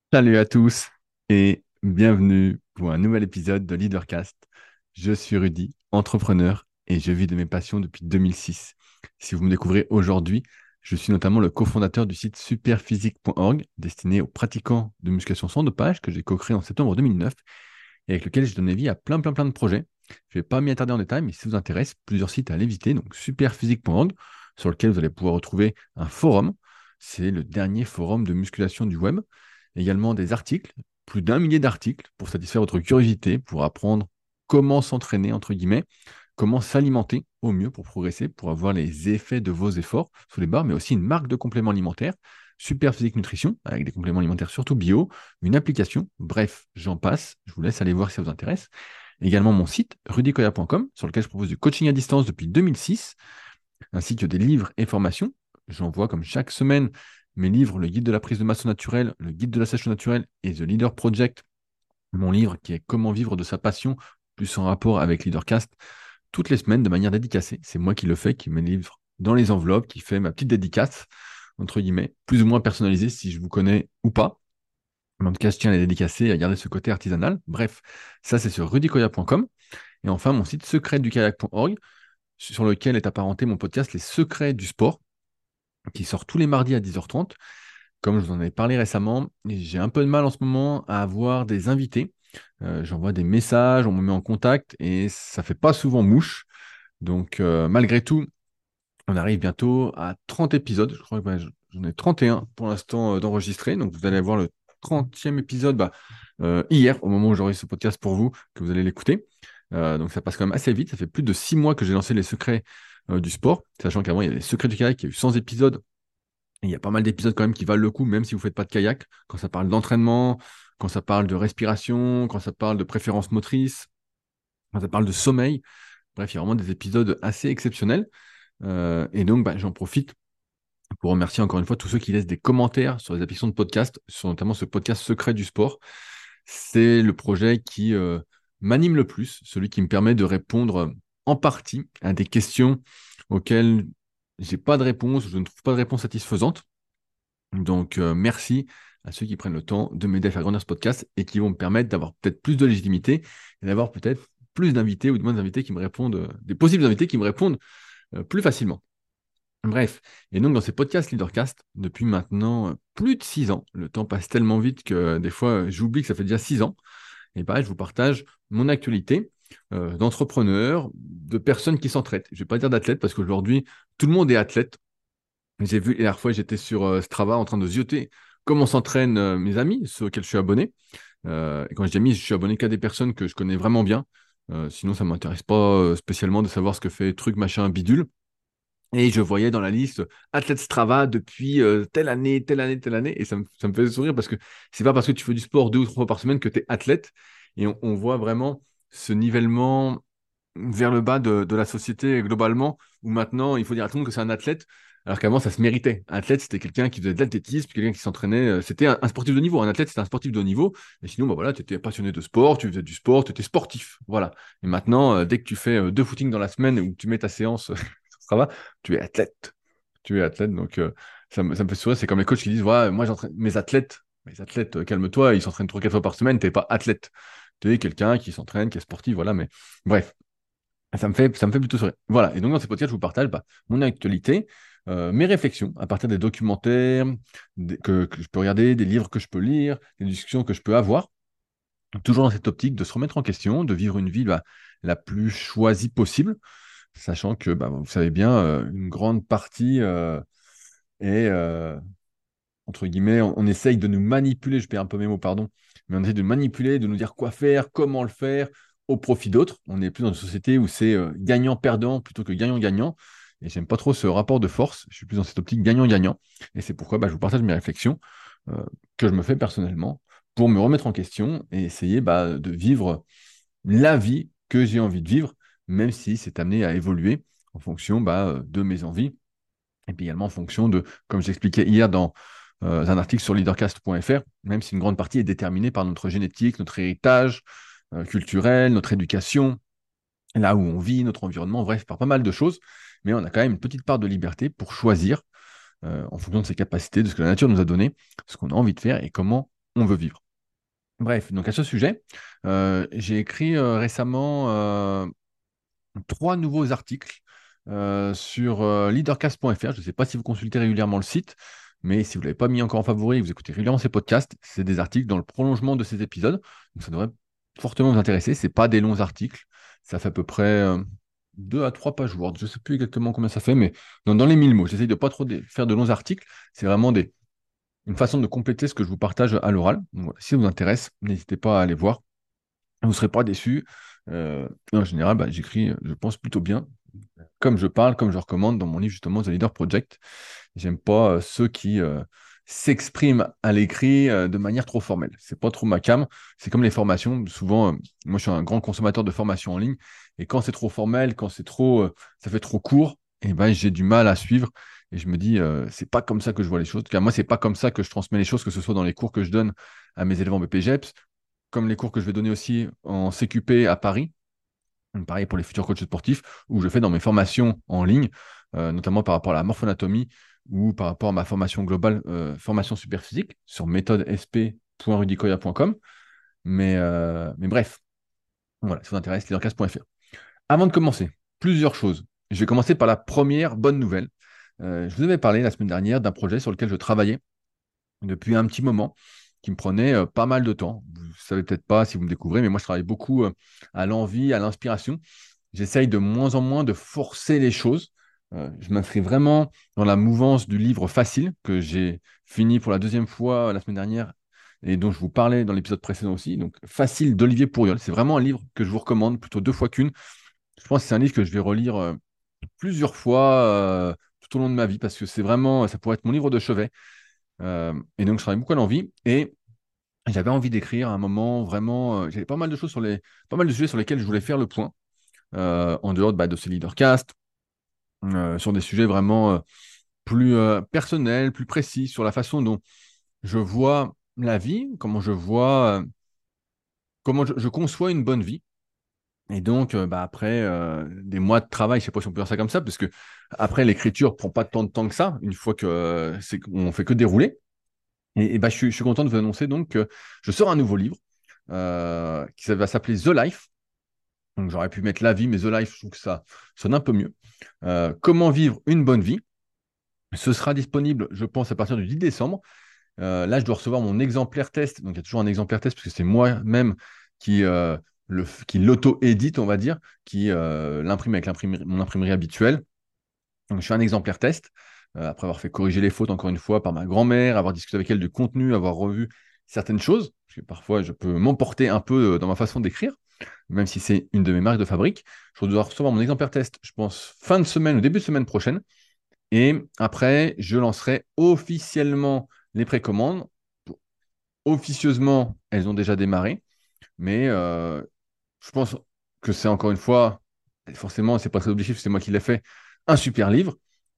Salut à tous et bienvenue pour un nouvel épisode de Leadercast. Je suis Rudy, entrepreneur et je vis de mes passions depuis 2006. Si vous me découvrez aujourd'hui, je suis notamment le cofondateur du site superphysique.org destiné aux pratiquants de musculation sans dopage que j'ai co-créé en septembre 2009 et avec lequel je donne vie à plein de projets. Je ne vais pas m'y attarder en détail, mais si ça vous intéresse, plusieurs sites à aller visiter, donc superphysique.org sur lequel vous allez pouvoir retrouver un forum. C'est le dernier forum de musculation du web également des articles, plus d'un millier d'articles pour satisfaire votre curiosité, pour apprendre comment s'entraîner, entre guillemets, comment s'alimenter au mieux pour progresser, pour avoir les effets de vos efforts sous les barres, mais aussi une marque de compléments alimentaires, Super Physique Nutrition, avec des compléments alimentaires surtout bio, une application, bref, j'en passe, je vous laisse aller voir si ça vous intéresse. Également mon site, rudicoya.com, sur lequel je propose du coaching à distance depuis 2006, ainsi que des livres et formations. J'envoie comme chaque semaine mes livres, le guide de la prise de masse naturelle, le guide de la sèche naturelle et The Leader Project, mon livre qui est Comment vivre de sa passion, plus en rapport avec Leadercast, toutes les semaines de manière dédicacée. C'est moi qui le fais, qui met les livres dans les enveloppes, qui fait ma petite dédicace, entre guillemets, plus ou moins personnalisée si je vous connais ou pas. Mais en tout cas, je tiens à les dédicacer et à garder ce côté artisanal. Bref, ça c'est sur rudicoya.com. Et enfin, mon site secretdukayak.org, sur lequel est apparenté mon podcast Les Secrets du Sport, qui sort tous les mardis à 10h30. Comme je vous en avais parlé récemment, j'ai un peu de mal en ce moment à avoir des invités. J'envoie des messages, on me met en contact et ça fait pas souvent mouche. Donc malgré tout, on arrive bientôt à 30 épisodes. Je crois que j'en ai 31 pour l'instant d'enregistrés. Donc vous allez voir le 30e épisode hier, au moment où j'aurai ce podcast pour vous, que vous allez l'écouter. Donc ça passe quand même assez vite. Ça fait plus de 6 mois que j'ai lancé les secrets du sport, sachant qu'avant il y a les secrets du kayak, il y a eu 100 épisodes. Et il y a pas mal d'épisodes quand même qui valent le coup, même si vous ne faites pas de kayak, quand ça parle d'entraînement, quand ça parle de respiration, quand ça parle de préférence motrice, quand ça parle de sommeil. Bref, il y a vraiment des épisodes assez exceptionnels. Et donc, j'en profite pour remercier encore une fois tous ceux qui laissent des commentaires sur les applications de podcast, sur notamment ce podcast Secret du sport. C'est le projet qui m'anime le plus, celui qui me permet de répondre en partie à des questions auxquelles j'ai pas de réponse, je ne trouve pas de réponse satisfaisante. Donc, merci à ceux qui prennent le temps de m'aider à faire grandir ce podcast et qui vont me permettre d'avoir peut-être plus de légitimité et d'avoir peut-être plus d'invités ou de moins d'invités qui me répondent, des possibles invités qui me répondent plus facilement. Bref, et donc dans ces podcasts Leadercast, depuis maintenant plus de 6 ans, le temps passe tellement vite que des fois j'oublie que ça fait déjà 6 ans. Et pareil, je vous partage mon actualité d'entrepreneur, de personnes qui s'entraident. Je ne vais pas dire d'athlète parce qu'aujourd'hui, tout le monde est athlète. J'ai vu, la dernière fois, j'étais sur Strava en train de zioter comment s'entraînent mes amis, ceux auxquels je suis abonné. Et quand je dis amis, je suis abonné qu'à des personnes que je connais vraiment bien. Sinon, ça ne m'intéresse pas spécialement de savoir ce que fait truc, machin, bidule. Et je voyais dans la liste athlète Strava depuis telle année, telle année, telle année. Et ça me faisait sourire parce que c'est pas parce que tu fais du sport 2 ou 3 fois par semaine que tu es athlète. Et on voit vraiment ce nivellement vers le bas de la société globalement, où maintenant il faut dire à tout le monde que c'est un athlète, alors qu'avant ça se méritait. Un athlète, c'était quelqu'un qui faisait de l'athlétisme, quelqu'un qui s'entraînait, c'était un sportif de niveau. Un athlète, c'était un sportif de haut niveau, et sinon, bah voilà, tu étais passionné de sport, tu faisais du sport, tu étais sportif. Voilà. Et maintenant, dès que tu fais 2 footings dans la semaine ou que tu mets ta séance sur Strava, tu es athlète. Tu es athlète, donc ça me fait sourire. C'est comme les coachs qui disent, voilà, moi j'entraîne mes athlètes, calme-toi, ils s'entraînent 3 4 fois par semaine, t'es pas athlète. Tu es quelqu'un qui s'entraîne, qui est sportif, voilà, mais bref. Ça me fait plutôt sourire. Voilà. Et donc, dans ces podcasts, je vous partage mon actualité, mes réflexions à partir des documentaires que je peux regarder, des livres que je peux lire, des discussions que je peux avoir. Toujours dans cette optique de se remettre en question, de vivre une vie la plus choisie possible, sachant que, vous savez bien, une grande partie est, entre guillemets, on essaye de nous manipuler, je perds un peu mes mots, pardon, mais on essaye de manipuler, de nous dire quoi faire, comment le faire, au profit d'autres. On n'est plus dans une société où c'est gagnant-perdant plutôt que gagnant-gagnant. Et j'aime pas trop ce rapport de force. Je suis plus dans cette optique gagnant-gagnant. Et c'est pourquoi je vous partage mes réflexions euh, que je me fais personnellement pour me remettre en question et essayer de vivre la vie que j'ai envie de vivre, même si c'est amené à évoluer en fonction de mes envies et puis également en fonction de, comme j'expliquais hier dans un article sur leadercast.fr, même si une grande partie est déterminée par notre génétique, notre héritage culturel, notre éducation, là où on vit, notre environnement, bref, par pas mal de choses, mais on a quand même une petite part de liberté pour choisir, en fonction de ses capacités, de ce que la nature nous a donné, ce qu'on a envie de faire et comment on veut vivre. Bref, donc à ce sujet, j'ai écrit récemment trois nouveaux articles sur leadercast.fr. Je ne sais pas si vous consultez régulièrement le site, mais si vous ne l'avez pas mis encore en favori et vous écoutez régulièrement ces podcasts, c'est des articles dans le prolongement de ces épisodes. Donc ça devrait fortement vous intéresser. Ce n'est pas des longs articles. Ça fait à peu près 2 à 3 pages Word. Je ne sais plus exactement combien ça fait, mais dans les 1000 mots. J'essaye de pas trop faire de longs articles. C'est vraiment une façon de compléter ce que je vous partage à l'oral. Donc voilà, si ça vous intéresse, n'hésitez pas à aller voir. Vous ne serez pas déçus. Et en général, bah, j'écris, je pense, plutôt bien, comme je parle, comme je recommande dans mon livre justement The Leader Project. J'aime pas ceux qui s'expriment à l'écrit de manière trop formelle. C'est pas trop ma came. C'est comme les formations. Souvent, moi, je suis un grand consommateur de formations en ligne. Et quand c'est trop formel, quand c'est trop, ça fait trop court, et ben, j'ai du mal à suivre. Et je me dis, c'est pas comme ça que je vois les choses. En tout cas, moi, c'est pas comme ça que je transmets les choses, que ce soit dans les cours que je donne à mes élèves en BPGEPS, comme les cours que je vais donner aussi en CQP à Paris. Pareil pour les futurs coachs sportifs, où je fais dans mes formations en ligne, notamment par rapport à la morphonatomie ou par rapport à ma formation globale, formation super physique, sur méthodesp.rudicoya.com. Mais bref, voilà, si ça vous intéresse, leadercast.fr. Avant de commencer, plusieurs choses. Je vais commencer par la première bonne nouvelle. Je vous avais parlé la semaine dernière d'un projet sur lequel je travaillais depuis un petit moment, qui me prenait pas mal de temps. Vous ne savez peut-être pas si vous me découvrez, mais moi je travaille beaucoup à l'envie, à l'inspiration. J'essaye de moins en moins de forcer les choses. Je m'inscris vraiment dans la mouvance du livre facile que j'ai fini pour la deuxième fois la semaine dernière et dont je vous parlais dans l'épisode précédent aussi. Donc, Facile d'Olivier Pourriol. C'est vraiment un livre que je vous recommande plutôt 2 fois qu'une. Je pense que c'est un livre que je vais relire plusieurs fois tout au long de ma vie parce que c'est vraiment, ça pourrait être mon livre de chevet. Et donc, je travaille beaucoup à l'envie et j'avais envie d'écrire à un moment vraiment. J'avais pas mal de sujets sur lesquels je voulais faire le point en dehors de ces leadercasts, sur des sujets vraiment plus personnels, plus précis, sur la façon dont je vois la vie, comment je conçois une bonne vie. Et donc, après des mois de travail, je sais pas si on peut dire ça comme ça, parce que après l'écriture prend pas tant de temps que ça, une fois que on fait que dérouler. Je suis content de vous annoncer donc que je sors un nouveau livre qui va s'appeler The Life. Donc j'aurais pu mettre La vie, mais The Life, je trouve que ça sonne un peu mieux. Comment vivre une bonne vie. Ce sera disponible, je pense, à partir du 10 décembre. Là, je dois recevoir mon exemplaire test. Donc, il y a toujours un exemplaire test parce que c'est moi-même qui, qui l'auto-édite, on va dire, qui l'imprime avec mon imprimerie habituelle. Donc, je fais un exemplaire test. Après avoir fait corriger les fautes, encore une fois, par ma grand-mère, avoir discuté avec elle du contenu, avoir revu certaines choses. Parce que parfois, je peux m'emporter un peu dans ma façon d'écrire, même si c'est une de mes marques de fabrique. Je dois recevoir mon exemplaire test, je pense, fin de semaine ou début de semaine prochaine. Et après, je lancerai officiellement les précommandes. Officieusement, elles ont déjà démarré, mais je pense que c'est encore une fois, forcément, c'est pas très objectif, c'est moi qui l'ai fait, un super livre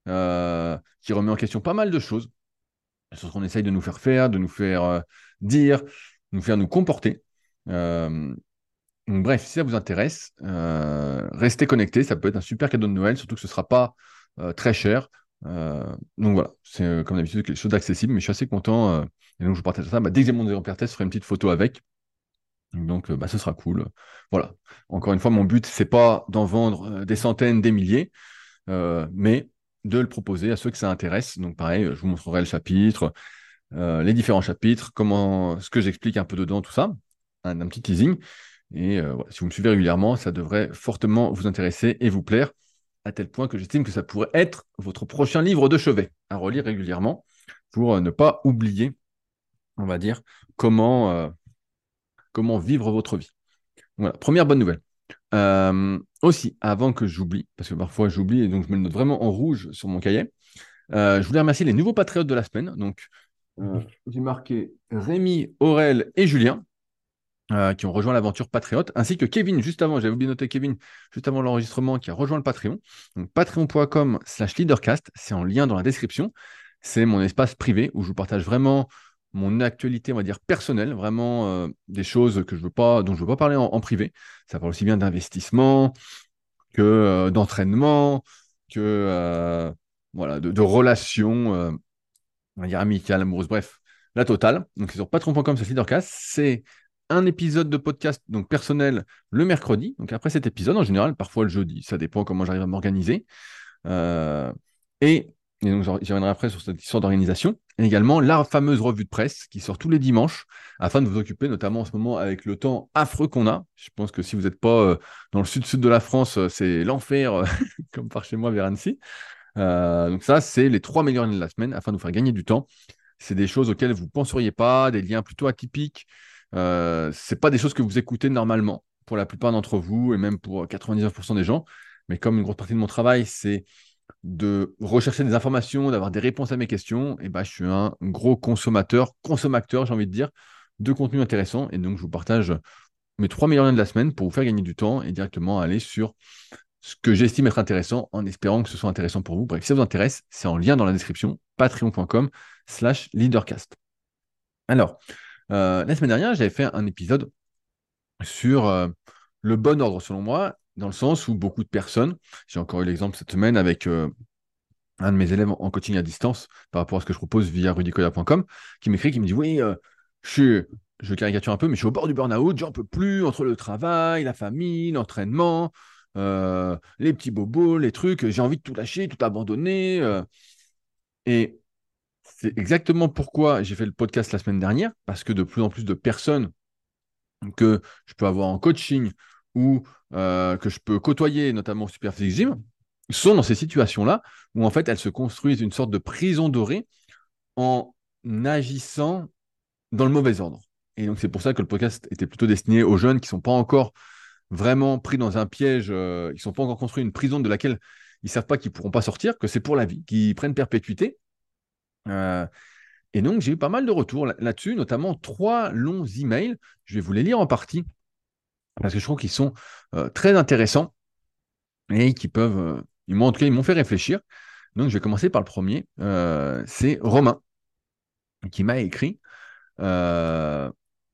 qui remet en question pas mal de choses sur ce qu'on essaye de nous faire, de nous faire dire, de nous faire nous comporter. Euh, donc bref, si ça vous intéresse, restez connectés, ça peut être un super cadeau de Noël, surtout que ce ne sera pas très cher. Donc voilà, c'est comme d'habitude quelque chose d'accessible, mais je suis assez content. Et donc je vous partage ça. Dès que j'ai mon exemplaire test, je ferai une petite photo avec. Donc ce sera cool. Voilà. Encore une fois, mon but, c'est pas d'en vendre des centaines, des milliers, mais de le proposer à ceux que ça intéresse. Donc pareil, je vous montrerai le chapitre, les différents chapitres, ce que j'explique un peu dedans, tout ça, un petit teasing. Et voilà, si vous me suivez régulièrement, ça devrait fortement vous intéresser et vous plaire, à tel point que j'estime que ça pourrait être votre prochain livre de chevet à relire régulièrement pour ne pas oublier, on va dire, comment vivre votre vie. Voilà, première bonne nouvelle. Aussi, avant que j'oublie, parce que parfois j'oublie et donc je me le note vraiment en rouge sur mon cahier, je voulais remercier les nouveaux patriotes de la semaine. Donc, j'ai marqué Rémi, Aurel et Julien qui ont rejoint l'aventure Patriote, ainsi que Kevin, juste avant, j'avais oublié de noter Kevin, juste avant l'enregistrement, qui a rejoint le Patreon. Donc patreon.com/leadercast, c'est en lien dans la description. C'est mon espace privé où je vous partage vraiment mon actualité, on va dire, personnelle, vraiment des choses que dont je ne veux pas parler en privé. Ça parle aussi bien d'investissement que d'entraînement, que voilà, de relations, on va dire amicales, amoureuses, bref. la totale. Donc c'est sur patreon.com, c'est Leadercast. C'est un épisode de podcast donc personnel le mercredi. Donc après cet épisode, en général, parfois le jeudi, ça dépend comment j'arrive à m'organiser. Euh, et, et donc j'y reviendrai après sur cette histoire d'organisation. Et également la fameuse revue de presse qui sort tous les dimanches afin de vous occuper, notamment en ce moment avec le temps affreux qu'on a. Je pense que si vous n'êtes pas dans le sud-sud de la France, c'est l'enfer, comme par chez moi vers Annecy. Donc ça, c'est les 3 meilleures lignes de la semaine afin de vous faire gagner du temps. C'est des choses auxquelles vous ne penseriez pas, des liens plutôt atypiques. C'est pas des choses que vous écoutez normalement pour la plupart d'entre vous et même pour 99% des gens. Mais comme une grosse partie de mon travail, c'est de rechercher des informations, d'avoir des réponses à mes questions, et ben, je suis un gros consommateur, j'ai envie de dire, de contenu intéressant. Et donc, je vous partage mes 3 meilleures liens de la semaine pour vous faire gagner du temps et directement aller sur ce que j'estime être intéressant en espérant que ce soit intéressant pour vous. Bref, si ça vous intéresse, c'est en lien dans la description, patreon.com/leadercast. Alors, la semaine dernière, j'avais fait un épisode sur le bon ordre, selon moi, dans le sens où beaucoup de personnes, j'ai encore eu l'exemple cette semaine avec un de mes élèves en coaching à distance par rapport à ce que je propose via rudicoya.com, qui m'écrit, qui me dit, oui, je caricature un peu, mais je suis au bord du burn-out, j'en peux plus entre le travail, la famille, l'entraînement, les petits bobos, les trucs, j'ai envie de tout lâcher, tout abandonner. Et c'est exactement pourquoi j'ai fait le podcast la semaine dernière, parce que de plus en plus de personnes que je peux avoir en coaching ou que je peux côtoyer, notamment au Superphysique Gym, sont dans ces situations-là où en fait elles se construisent une sorte de prison dorée en agissant dans le mauvais ordre. Et donc c'est pour ça que le podcast était plutôt destiné aux jeunes qui ne sont pas encore vraiment pris dans un piège, ils ne sont pas encore construits une prison de laquelle ils ne savent pas qu'ils ne pourront pas sortir, que c'est pour la vie, qui prennent perpétuité. Euh, et donc j'ai eu pas mal de retours là-dessus, notamment 3 longs emails. Je vais vous les lire en partie parce que je trouve qu'ils sont très intéressants et qui peuvent, en tout cas, ils m'ont fait réfléchir. Donc, je vais commencer par le premier. C'est Romain qui m'a écrit. euh,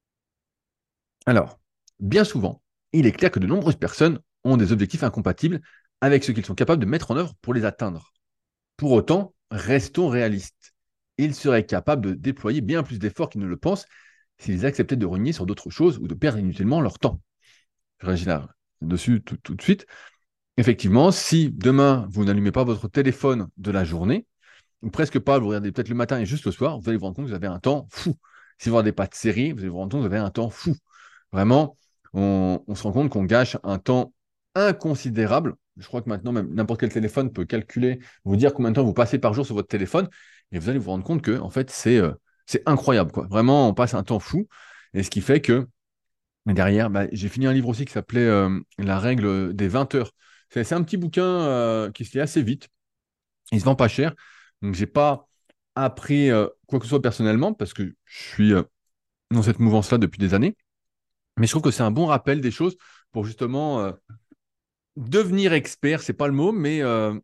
alors, bien souvent, il est clair que de nombreuses personnes ont des objectifs incompatibles avec ce qu'ils sont capables de mettre en œuvre pour les atteindre. Pour autant, restons réalistes. Ils seraient capables de déployer bien plus d'efforts qu'ils ne le pensent s'ils acceptaient de renier sur d'autres choses ou de perdre inutilement leur temps. Je réagis là dessus tout de suite. Effectivement, si demain, vous n'allumez pas votre téléphone de la journée, ou presque pas, vous regardez peut-être le matin et juste le soir, vous allez vous rendre compte que vous avez un temps fou. Si vous regardez pas de série, vous allez vous rendre compte que vous avez un temps fou. Vraiment, on se rend compte qu'on gâche un temps inconsidérable. Je crois que maintenant, même n'importe quel téléphone peut calculer, vous dire combien de temps vous passez par jour sur votre téléphone, et vous allez vous rendre compte que, en fait, c'est incroyable, quoi. Vraiment, on passe un temps fou, et ce qui fait que mais derrière, bah, j'ai fini un livre aussi qui s'appelait La règle des 20 heures. C'est un petit bouquin qui se lit assez vite. Il se vend pas cher. Donc, j'ai pas appris quoi que ce soit personnellement parce que je suis dans cette mouvance-là depuis des années. Mais je trouve que c'est un bon rappel des choses pour justement devenir expert, c'est pas le mot, mais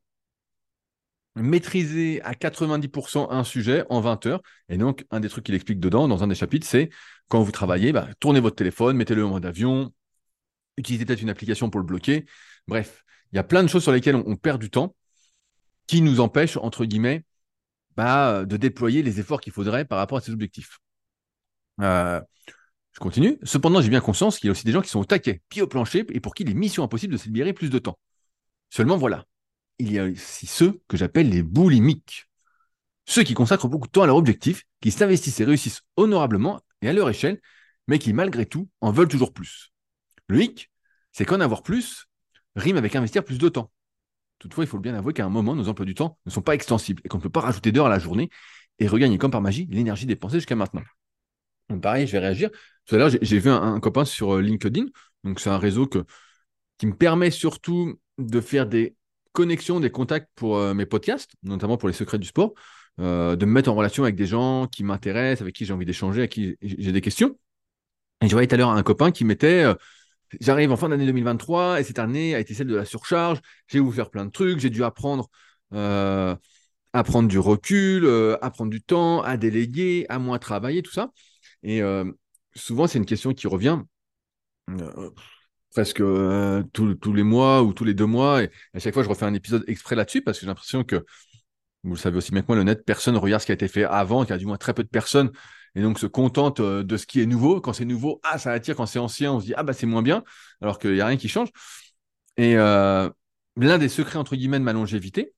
maîtriser à 90% un sujet en 20 heures. Et donc, un des trucs qu'il explique dedans, dans un des chapitres, c'est quand vous travaillez, bah, tournez votre téléphone, mettez-le en mode avion, utiliser peut-être une application pour le bloquer. Bref, il y a plein de choses sur lesquelles on perd du temps qui nous empêchent, entre guillemets, bah, de déployer les efforts qu'il faudrait par rapport à ces objectifs. Euh, je continue. Cependant, j'ai bien conscience qu'il y a aussi des gens qui sont au taquet, pieds au plancher, et pour qui il est mission impossible de se libérer plus de temps. Seulement, voilà, il y a aussi ceux que j'appelle les boulimiques. Ceux qui consacrent beaucoup de temps à leur objectif, qui s'investissent et réussissent honorablement et à leur échelle, mais qui, malgré tout, en veulent toujours plus. Le hic, c'est qu'en avoir plus rime avec investir plus de temps. Toutefois, il faut bien avouer qu'à un moment, nos emplois du temps ne sont pas extensibles et qu'on ne peut pas rajouter d'heures à la journée et regagner comme par magie l'énergie dépensée jusqu'à maintenant. Donc pareil, je vais réagir. Tout à l'heure, j'ai vu un copain sur LinkedIn. Donc c'est un réseau qui me permet surtout de faire des connexions, des contacts pour mes podcasts, notamment pour les secrets du sport, de me mettre en relation avec des gens qui m'intéressent, avec qui j'ai envie d'échanger, à qui j'ai des questions. Et je voyais tout à l'heure un copain qui mettait j'arrive en fin d'année 2023 et cette année a été celle de la surcharge. J'ai voulu faire plein de trucs, j'ai dû apprendre à prendre du recul, à prendre du temps, à déléguer, à moins travailler, tout ça. Et souvent, c'est une question qui revient euh, presque tous les mois ou tous les 2 mois. Et à chaque fois, je refais un épisode exprès là-dessus parce que j'ai l'impression que, vous le savez aussi bien que moi, le net, personne ne regarde ce qui a été fait avant, qu'il y a du moins très peu de personnes et donc se contente de ce qui est nouveau. Quand c'est nouveau, ah, ça attire. Quand c'est ancien, on se dit, ah, bah, c'est moins bien, alors qu'il n'y a rien qui change. Et l'un des secrets, entre guillemets, de ma longévité,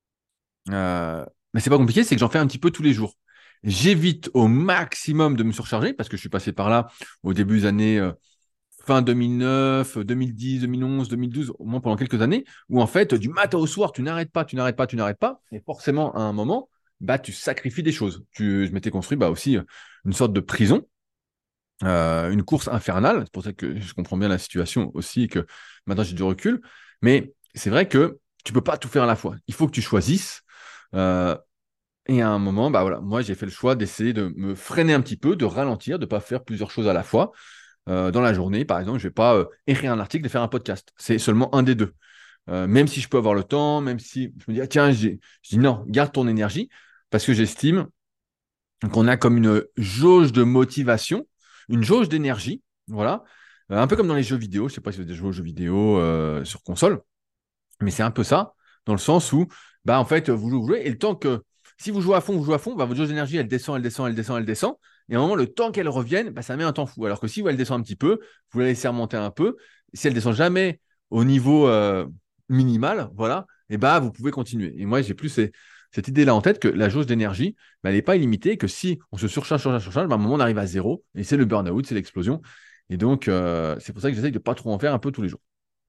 mais c'est pas compliqué, c'est que j'en fais un petit peu tous les jours. J'évite au maximum de me surcharger parce que je suis passé par là au début des années fin 2009, 2010, 2011, 2012, au moins pendant quelques années, où en fait, du matin au soir, tu n'arrêtes pas, tu n'arrêtes pas, tu n'arrêtes pas, et forcément, à un moment, bah, tu sacrifies des choses. Je m'étais construit bah, aussi une sorte de prison, une course infernale. C'est pour ça que je comprends bien la situation aussi et que maintenant j'ai du recul. Mais c'est vrai que tu peux pas tout faire à la fois. Il faut que tu choisisses. Euh, et à un moment, bah voilà, moi j'ai fait le choix d'essayer de me freiner un petit peu, de ralentir, de pas faire plusieurs choses à la fois. Dans la journée, par exemple, je vais pas écrire un article et faire un podcast. C'est seulement un des deux. Même si je peux avoir le temps, même si je me dis, ah, tiens, je dis non, garde ton énergie, parce que j'estime qu'on a comme une jauge de motivation, une jauge d'énergie, voilà. Un peu comme dans les jeux vidéo, je sais pas si vous avez joué aux jeux vidéo sur console, mais c'est un peu ça, dans le sens où, bah, en fait, vous jouez, et le temps que, si vous jouez à fond, bah, votre jauge d'énergie, elle descend, elle descend, elle descend, elle descend, et à un moment, le temps qu'elle revienne, bah, ça met un temps fou. Alors que si elle descend un petit peu, vous la laissez remonter un peu, si elle descend jamais au niveau minimal, voilà, et bah, vous pouvez continuer. Et moi, j'ai plus cette idée-là en tête que la jauge d'énergie, bah, elle n'est pas illimitée, et que si on se surcharge, surcharge, surcharge, bah, à un moment, on arrive à zéro, et c'est le burn-out, c'est l'explosion. Et donc, c'est pour ça que j'essaye de pas trop en faire un peu tous les jours.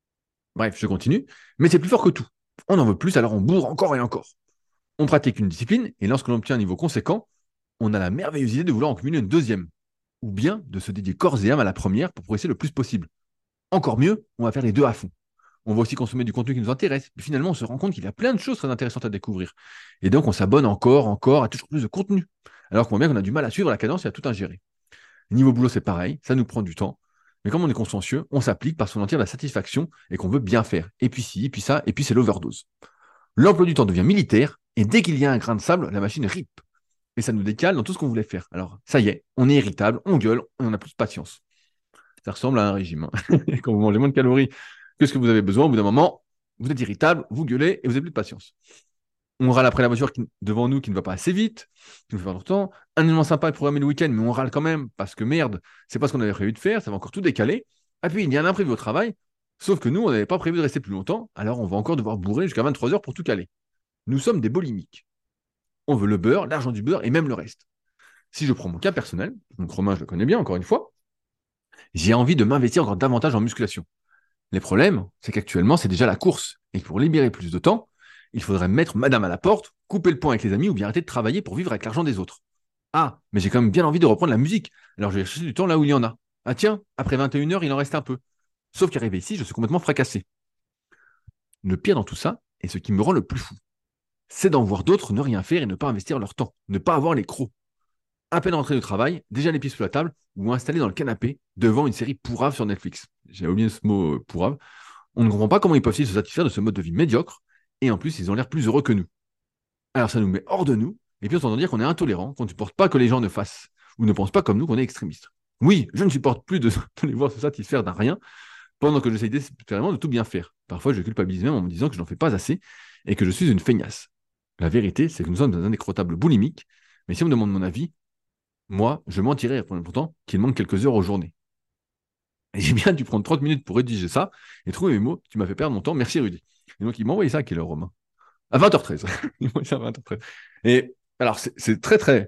Bref, je continue. Mais c'est plus fort que tout. On en veut plus, alors on bourre encore et encore. On pratique une discipline, et lorsque l'on obtient un niveau conséquent, on a la merveilleuse idée de vouloir en cumuler une deuxième. Ou bien de se dédier corps et âme à la première pour progresser le plus possible. Encore mieux, on va faire les deux à fond. On va aussi consommer du contenu qui nous intéresse. Puis finalement, on se rend compte qu'il y a plein de choses très intéressantes à découvrir. Et donc, on s'abonne encore, encore à toujours plus de contenu. Alors qu'on voit bien qu'on a du mal à suivre la cadence et à tout ingérer. Niveau boulot, c'est pareil, ça nous prend du temps. Mais comme on est consciencieux, on s'applique parce qu'on en tire la satisfaction et qu'on veut bien faire. Et puis ci, et puis ça, et puis c'est l'overdose. L'emploi du temps devient militaire, et dès qu'il y a un grain de sable, la machine rip. Et ça nous décale dans tout ce qu'on voulait faire. Alors, ça y est, on est irritable, on gueule, on n'a plus de patience. Ça ressemble à un régime, hein. Quand vous mangez moins de calories que ce que vous avez besoin, au bout d'un moment, vous êtes irritable, vous gueulez et vous n'avez plus de patience. On râle après la voiture devant nous qui ne va pas assez vite, qui nous fait perdre du temps. Un événement sympa est programmé le week-end, mais on râle quand même parce que merde, c'est pas ce qu'on avait prévu de faire, ça va encore tout décaler. Et puis il y a un imprévu au travail, sauf que nous, on n'avait pas prévu de rester plus longtemps, alors on va encore devoir bourrer jusqu'à 23 heures pour tout caler. Nous sommes des bolimiques. On veut le beurre, l'argent du beurre et même le reste. Si je prends mon cas personnel, donc Romain, je le connais bien encore une fois, j'ai envie de m'investir encore davantage en musculation. Les problèmes, c'est qu'actuellement, c'est déjà la course. Et pour libérer plus de temps, il faudrait mettre madame à la porte, couper le pont avec les amis ou bien arrêter de travailler pour vivre avec l'argent des autres. Ah, mais j'ai quand même bien envie de reprendre la musique. Alors je vais chercher du temps là où il y en a. Ah tiens, après 21 heures, il en reste un peu. Sauf qu'arrivé ici, je suis complètement fracassé. Le pire dans tout ça, et ce qui me rend le plus fou, c'est d'en voir d'autres ne rien faire et ne pas investir leur temps, ne pas avoir les crocs. À peine rentré du travail, déjà les pieds sous la table ou installé dans le canapé devant une série pourrave sur Netflix. J'ai oublié ce mot pourrave. On ne comprend pas comment ils peuvent-ils se satisfaire de ce mode de vie médiocre, et en plus, ils ont l'air plus heureux que nous. Alors ça nous met hors de nous, et puis on s'entend dire qu'on est intolérant, qu'on ne supporte pas que les gens ne fassent, ou ne pensent pas comme nous qu'on est extrémiste. Oui, je ne supporte plus de les voir se satisfaire d'un rien, pendant que j'essaye désespérément de tout bien faire. Parfois, je culpabilise même en me disant que je n'en fais pas assez, et que je suis une feignasse. La vérité, c'est que nous sommes dans un indécrottable boulimique, mais si on me demande mon avis, moi, je mentirais pourtant qu'il manque quelques heures aux journées. Et j'ai bien dû prendre 30 minutes pour rédiger ça et trouver mes mots. Tu m'as fait perdre mon temps. Merci Rudy. Et donc, il m'a envoyé ça à quelle heure, Romain? À 20h13. Il m'a envoyé ça à 20h13. Et alors, c'est très, très.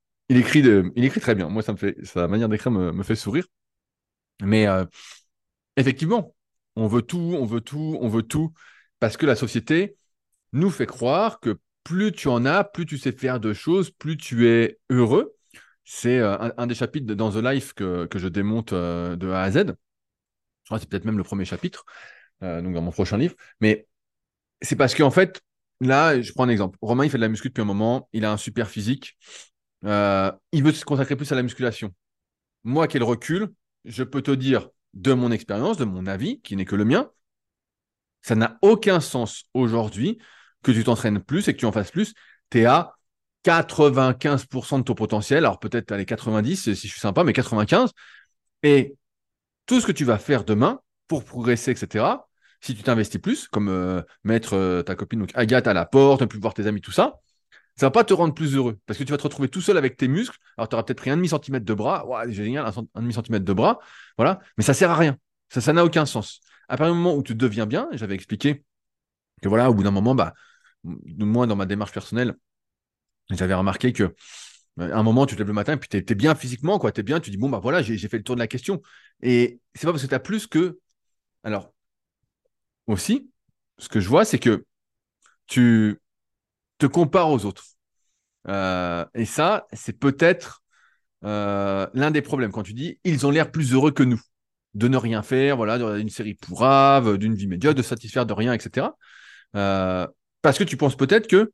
Il écrit très bien. Moi, ça me fait. Sa manière d'écrire me fait sourire. Mais effectivement, on veut tout, on veut tout, on veut tout. Parce que la société nous fait croire que plus tu en as, plus tu sais faire de choses, plus tu es heureux. C'est un des chapitres dans The Life que je démonte de A à Z. Je crois que c'est peut-être même le premier chapitre, donc dans mon prochain livre. Mais c'est parce qu'en fait, là, je prends un exemple. Romain, il fait de la muscu depuis un moment, il a un super physique, il veut se consacrer plus à la musculation. Moi qui ai le recul, je peux te dire de mon expérience, de mon avis, qui n'est que le mien, ça n'a aucun sens aujourd'hui que tu t'entraînes plus et que tu en fasses plus. Tu es à 95% de ton potentiel, alors peut-être les 90 si je suis sympa, mais 95. Et tout ce que tu vas faire demain pour progresser, etc., si tu t'investis plus, comme mettre ta copine donc Agathe à la porte, ne plus voir tes amis, tout ça, Ça va pas te rendre plus heureux parce que tu vas te retrouver tout seul avec tes muscles. Alors, tu auras peut-être pris un demi-centimètre de bras. Ouais, génial, un demi-centimètre de bras. Voilà. Mais ça sert à rien. Ça n'a aucun sens. À partir du moment où tu deviens bien, j'avais expliqué que voilà, au bout d'un moment, bah, moi, dans ma démarche personnelle, j'avais remarqué que à un moment, tu te lèves le matin et puis tu es bien physiquement, quoi. Tu es bien, tu dis, bon, bah voilà, j'ai fait le tour de la question. Et c'est pas parce que tu as plus que. Alors, aussi, ce que je vois, c'est que tu te compares aux autres. Et ça, c'est peut-être l'un des problèmes quand tu dis ils ont l'air plus heureux que nous de ne rien faire, voilà, d'une série pourrave, d'une vie médiocre, de se satisfaire de rien, etc. Euh, Parce que tu penses peut-être que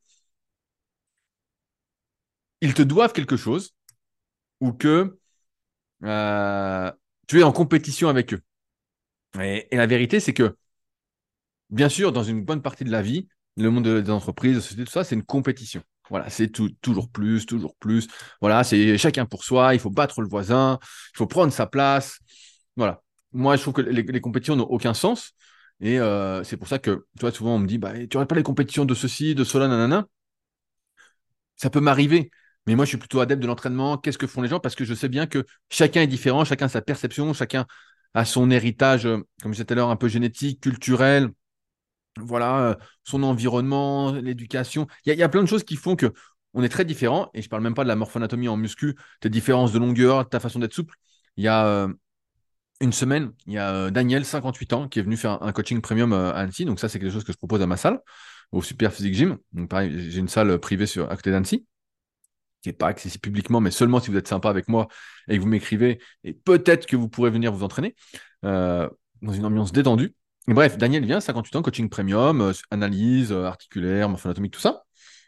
ils te doivent quelque chose ou que euh, tu es en compétition avec eux. Et la vérité, c'est que, bien sûr, dans une bonne partie de la vie, le monde des entreprises, de la société, tout ça, c'est une compétition. Voilà, c'est toujours plus, toujours plus. Voilà, c'est chacun pour soi, il faut battre le voisin, il faut prendre sa place. Voilà. Moi, je trouve que les compétitions n'ont aucun sens. Et c'est pour ça que, tu vois, souvent on me dit, bah, tu n'aurais pas les compétitions de ceci, de cela, nanana. Ça peut m'arriver. Mais moi, je suis plutôt adepte de l'entraînement. Qu'est-ce que font les gens? Parce que je sais bien que chacun est différent, chacun a sa perception, chacun a son héritage, comme je disais tout à l'heure, un peu génétique, culturel, voilà, son environnement, l'éducation. Il y a plein de choses qui font que on est très différents. Et je parle même pas de la morphoanatomie en muscu, tes différences de longueur, ta façon d'être souple. Il y a une semaine, il y a Daniel, 58 ans, qui est venu faire un coaching premium à Annecy. Donc ça, c'est quelque chose que je propose à ma salle, au Super Physique Gym. Donc pareil, j'ai une salle privée à côté d'Annecy, qui n'est pas accessible publiquement, mais seulement si vous êtes sympa avec moi et que vous m'écrivez. Et peut-être que vous pourrez venir vous entraîner euh, dans une ambiance détendue. Et bref, Daniel vient, 58 ans, coaching premium, analyse articulaire, morpho-anatomique, tout ça.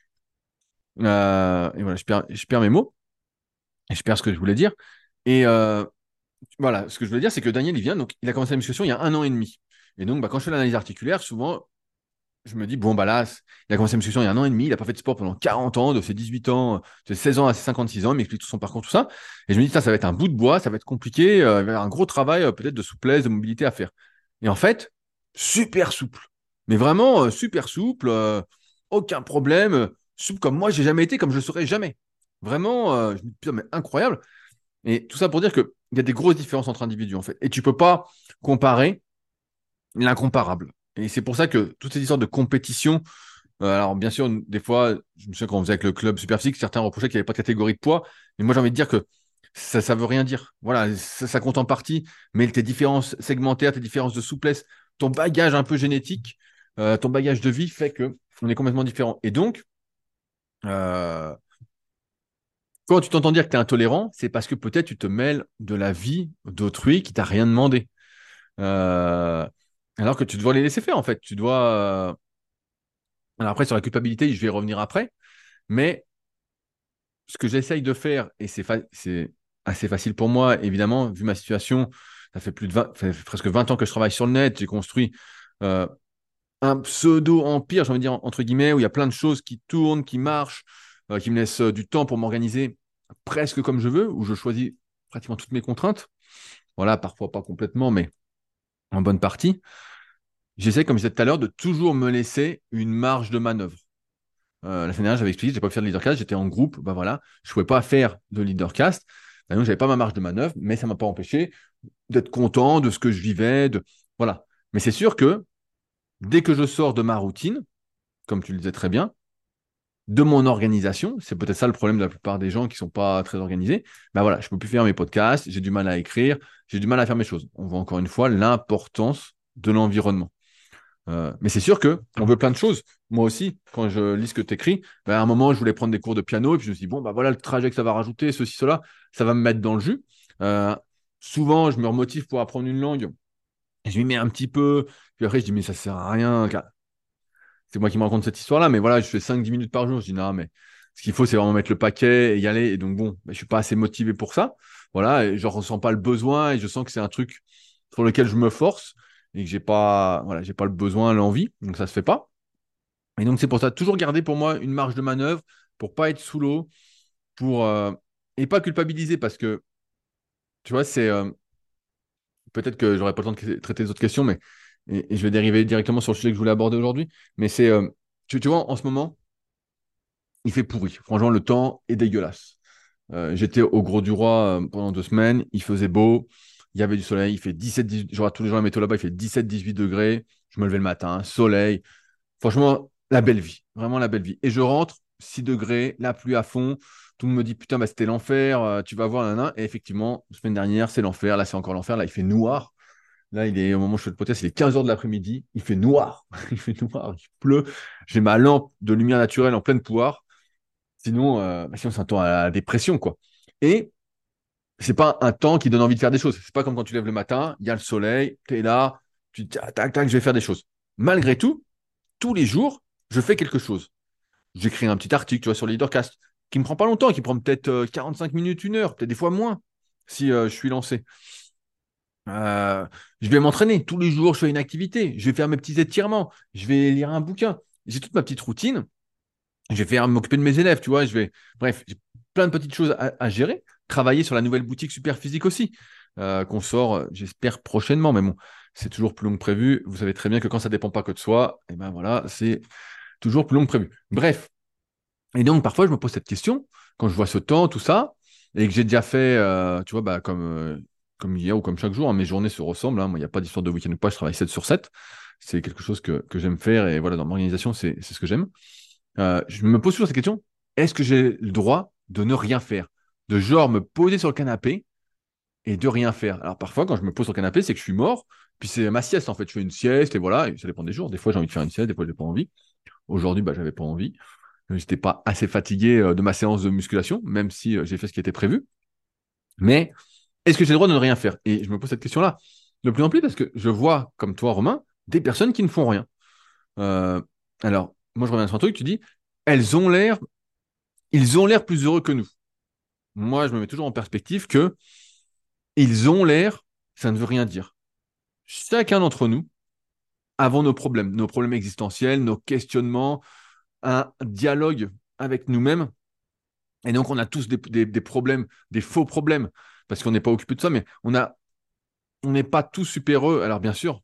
Et voilà, je perds mes mots et je perds ce que je voulais dire. Et voilà, ce que je voulais dire, c'est que Daniel, il vient, donc il a commencé la musculation il y a 1 an et demi. Et donc, bah, quand je fais l'analyse articulaire, souvent, je me dis, bon, bah là, il a commencé la musculation il y a 1 an et demi, il n'a pas fait de sport pendant 40 ans, de ses 18 ans, de ses 16 ans à ses 56 ans, il m'explique tout son parcours, tout ça. Et je me dis, ça va être un bout de bois, ça va être compliqué, il va y avoir un gros travail, peut-être de souplesse, de mobilité à faire. Et en fait, super souple. Mais vraiment, super souple, aucun problème, souple comme moi, j'ai jamais été, comme je le serai jamais. Vraiment, je me dis, putain, mais incroyable. Et tout ça pour dire qu'il y a des grosses différences entre individus, en fait. Et tu peux pas comparer l'incomparable. Et c'est pour ça que toutes ces histoires de compétition, alors bien sûr, des fois, je me souviens quand on faisait avec le club Superphysique, certains reprochaient qu'il n'y avait pas de catégorie de poids. Mais moi, j'ai envie de dire que ça veut rien dire. Voilà, ça compte en partie, mais tes différences segmentaires, tes différences de souplesse, ton bagage un peu génétique, ton bagage de vie fait que on est complètement différents. Et donc, euh, quand tu t'entends dire que tu es intolérant, c'est parce que peut-être tu te mêles de la vie d'autrui qui t'a rien demandé. Euh, Alors que tu dois les laisser faire, en fait. Tu dois. Alors après, sur la culpabilité, je vais y revenir après. Mais ce que j'essaye de faire, et c'est assez facile pour moi, évidemment, vu ma situation, ça fait presque 20 ans que je travaille sur le net, j'ai construit euh, un pseudo-empire, j'ai envie de dire, entre guillemets, où il y a plein de choses qui tournent, qui marchent, qui me laissent du temps pour m'organiser presque comme je veux, où je choisis pratiquement toutes mes contraintes. Voilà, parfois pas complètement, mais en bonne partie. J'essaie, comme je disais tout à l'heure, de toujours me laisser une marge de manœuvre. La semaine dernière, j'avais expliqué, je n'ai pas pu faire de leadercast, j'étais en groupe, bah voilà, je ne pouvais pas faire de leadercast, bah donc j'avais pas ma marge de manœuvre, mais ça ne m'a pas empêché d'être content de ce que je vivais, voilà. Mais c'est sûr que dès que je sors de ma routine, comme tu le disais très bien, de mon organisation, c'est peut-être ça le problème de la plupart des gens qui ne sont pas très organisés, bah voilà, je ne peux plus faire mes podcasts, j'ai du mal à écrire, j'ai du mal à faire mes choses. On voit encore une fois l'importance de l'environnement. Mais c'est sûr que on veut plein de choses. Moi aussi, quand je lis ce que tu écris, à un moment, je voulais prendre des cours de piano et puis je me suis dit, bon, bah voilà le trajet que ça va rajouter, ceci, cela, ça va me mettre dans le jus. Euh, Souvent, je me remotive pour apprendre une langue. Et je m'y mets un petit peu. Puis après, je dis, mais ça sert à rien. C'est moi qui me raconte cette histoire-là. Mais voilà, je fais 5-10 minutes par jour. Je dis, non, mais ce qu'il faut, c'est vraiment mettre le paquet et y aller. Et donc, bon, je suis pas assez motivé pour ça. Voilà, et je ressens pas le besoin et je sens que c'est un truc sur lequel je me force et que j'ai pas, voilà, j'ai pas le besoin, l'envie. Donc, ça se fait pas. Et donc, c'est pour ça, toujours garder pour moi une marge de manœuvre pour pas être sous l'eau, pour et pas culpabiliser parce que, tu vois, c'est peut-être que j'aurais pas le temps de traiter les autres questions, mais et je vais dériver directement sur le sujet que je voulais aborder aujourd'hui. Mais c'est, tu vois, en ce moment, il fait pourri. Franchement, le temps est dégueulasse. J'étais au Gros du Roi pendant 2 semaines. Il faisait beau. Il y avait du soleil. Il fait 17-18. Je regarde tous les jours la météo là-bas. Il fait 17-18 degrés. Je me levais le matin. Soleil. Franchement, la belle vie. Vraiment la belle vie. Et je rentre, 6 degrés, la pluie à fond. Tout le monde me dit, putain, bah, c'était l'enfer. Tu vas voir, nanana. Et effectivement, la semaine dernière, c'est l'enfer. Là, c'est encore l'enfer. Là, il fait noir. Là, au moment où je fais le podcast, il est 15 h de l'après-midi. Il fait noir. Il fait noir. Il pleut. J'ai ma lampe de lumière naturelle en pleine poire. Sinon, c'est un temps à la dépression, quoi. Et c'est pas un temps qui donne envie de faire des choses. C'est pas comme quand tu lèves le matin, il y a le soleil, tu es là, tu te dis, ah, tac, tac, je vais faire des choses. Malgré tout, tous les jours, je fais quelque chose. J'écris un petit article, tu vois, sur le Leadercast, qui me prend pas longtemps, qui prend peut-être 45 minutes, 1 heure, peut-être des fois moins, si je suis lancé. Euh, je vais m'entraîner. Tous les jours, je fais une activité. Je vais faire mes petits étirements. Je vais lire un bouquin. J'ai toute ma petite routine. Je vais faire m'occuper de mes élèves, tu vois. Bref, j'ai plein de petites choses à gérer. Travailler sur la nouvelle boutique Super Physique aussi, qu'on sort, j'espère, prochainement. Mais bon, c'est toujours plus long que prévu. Vous savez très bien que quand ça dépend pas que de soi, et ben voilà, c'est toujours plus long que prévu. Bref. Et donc, parfois, je me pose cette question, quand je vois ce temps, tout ça, et que j'ai déjà fait, tu vois, bah, comme hier ou comme chaque jour, hein, mes journées se ressemblent, hein. Moi, il n'y a pas d'histoire de week-end ou pas, je travaille 7 sur 7. C'est quelque chose que j'aime faire, et voilà, dans mon organisation, c'est ce que j'aime. Je me pose toujours cette question, est-ce que j'ai le droit de ne rien faire? De genre me poser sur le canapé et de rien faire. Alors parfois, quand je me pose sur le canapé, c'est que je suis mort, puis c'est ma sieste en fait. Je fais une sieste et voilà, et ça dépend des jours. Des fois, j'ai envie de faire une sieste, des fois, j'ai pas envie. Aujourd'hui, bah, j'avais pas envie. J'étais pas assez fatigué de ma séance de musculation, même si j'ai fait ce qui était prévu. Mais est-ce que j'ai le droit de ne rien faire? Et je me pose cette question-là de plus en plus parce que je vois, comme toi, Romain, des personnes qui ne font rien. Euh, alors, moi, je reviens sur un truc, tu dis, elles ont l'air, ils ont l'air plus heureux que nous. Moi, je me mets toujours en perspective que ils ont l'air, ça ne veut rien dire. Chacun d'entre nous avons nos problèmes existentiels, nos questionnements, un dialogue avec nous-mêmes. Et donc, on a tous des problèmes, des faux problèmes, parce qu'on n'est pas occupé de ça, mais on n'est pas tous super heureux. Alors, bien sûr,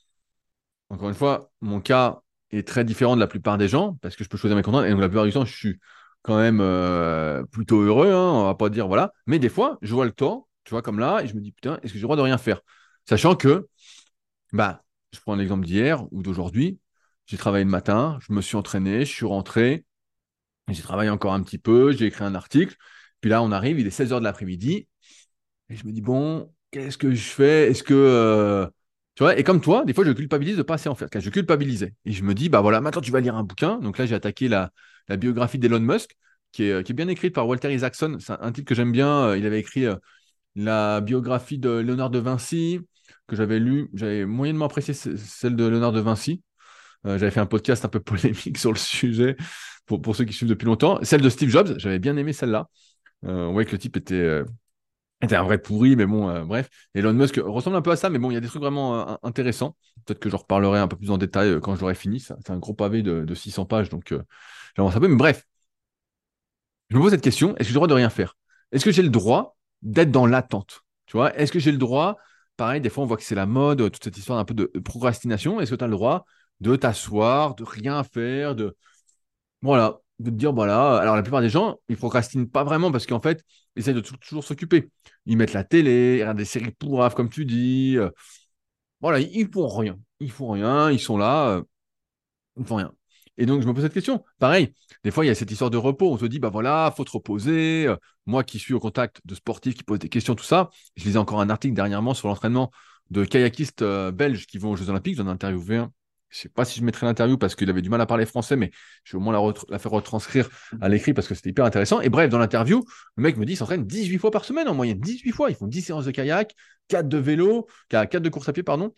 encore une fois, mon cas est très différent de la plupart des gens, parce que je peux choisir mes contraintes, et donc la plupart du temps, je suis quand même plutôt heureux, hein, on va pas dire voilà. Mais des fois, je vois le temps, tu vois, comme là, et je me dis, putain, est-ce que j'ai le droit de rien faire? Sachant que, bah, je prends l'exemple d'hier ou d'aujourd'hui, j'ai travaillé le matin, je me suis entraîné, je suis rentré, j'ai travaillé encore un petit peu, j'ai écrit un article, puis là, on arrive, il est 16 h de l'après-midi, et je me dis, bon, qu'est-ce que je fais? Est-ce que. Tu vois, et comme toi, des fois, je culpabilise de pas assez en faire. Car je culpabilisais. Et je me dis, bah voilà, maintenant, tu vas lire un bouquin. Donc là, j'ai attaqué la biographie d'Elon Musk, qui est bien écrite par Walter Isaacson. C'est un titre que j'aime bien. Il avait écrit la biographie de Léonard de Vinci, que j'avais lu. J'avais moyennement apprécié celle de Léonard de Vinci. J'avais fait un podcast un peu polémique sur le sujet pour ceux qui suivent depuis longtemps. Celle de Steve Jobs, j'avais bien aimé celle-là. On voyait que le type était un vrai pourri, mais bon, bref. Elon Musk ressemble un peu à ça, mais bon, il y a des trucs vraiment intéressants. Peut-être que j'en reparlerai un peu plus en détail quand j'aurai fini. C'est un gros pavé de 600 pages, donc j'avance un peu. Mais bref, je me pose cette question, est-ce que j'ai le droit de rien faire? Est-ce que j'ai le droit d'être dans l'attente? Tu vois, est-ce que j'ai le droit, pareil, des fois on voit que c'est la mode, toute cette histoire un peu de procrastination, est-ce que tu as le droit de t'asseoir, de rien faire, voilà, de te dire, voilà. Alors, la plupart des gens, ils procrastinent pas vraiment parce qu'en fait, ils essayent de toujours s'occuper. Ils mettent la télé, ils regardent des séries pourraves, comme tu dis. Voilà, ils font rien. Ils font rien, ils sont là, ils ne font rien. Et donc, je me pose cette question. Pareil, des fois, il y a cette histoire de repos. On se dit, bah voilà, faut te reposer. Moi qui suis au contact de sportifs qui posent des questions, tout ça, je lisais encore un article dernièrement sur l'entraînement de kayakistes belges qui vont aux Jeux Olympiques. J'en ai interviewé un. Je sais pas si je mettrai l'interview parce qu'il avait du mal à parler français, mais je vais au moins la faire retranscrire à l'écrit parce que c'était hyper intéressant. Et bref, dans l'interview, le mec me dit qu'il s'entraîne 18 fois par semaine en moyenne. 18 fois. Ils font 10 séances de kayak, 4 de vélo, 4 de course à pied, pardon,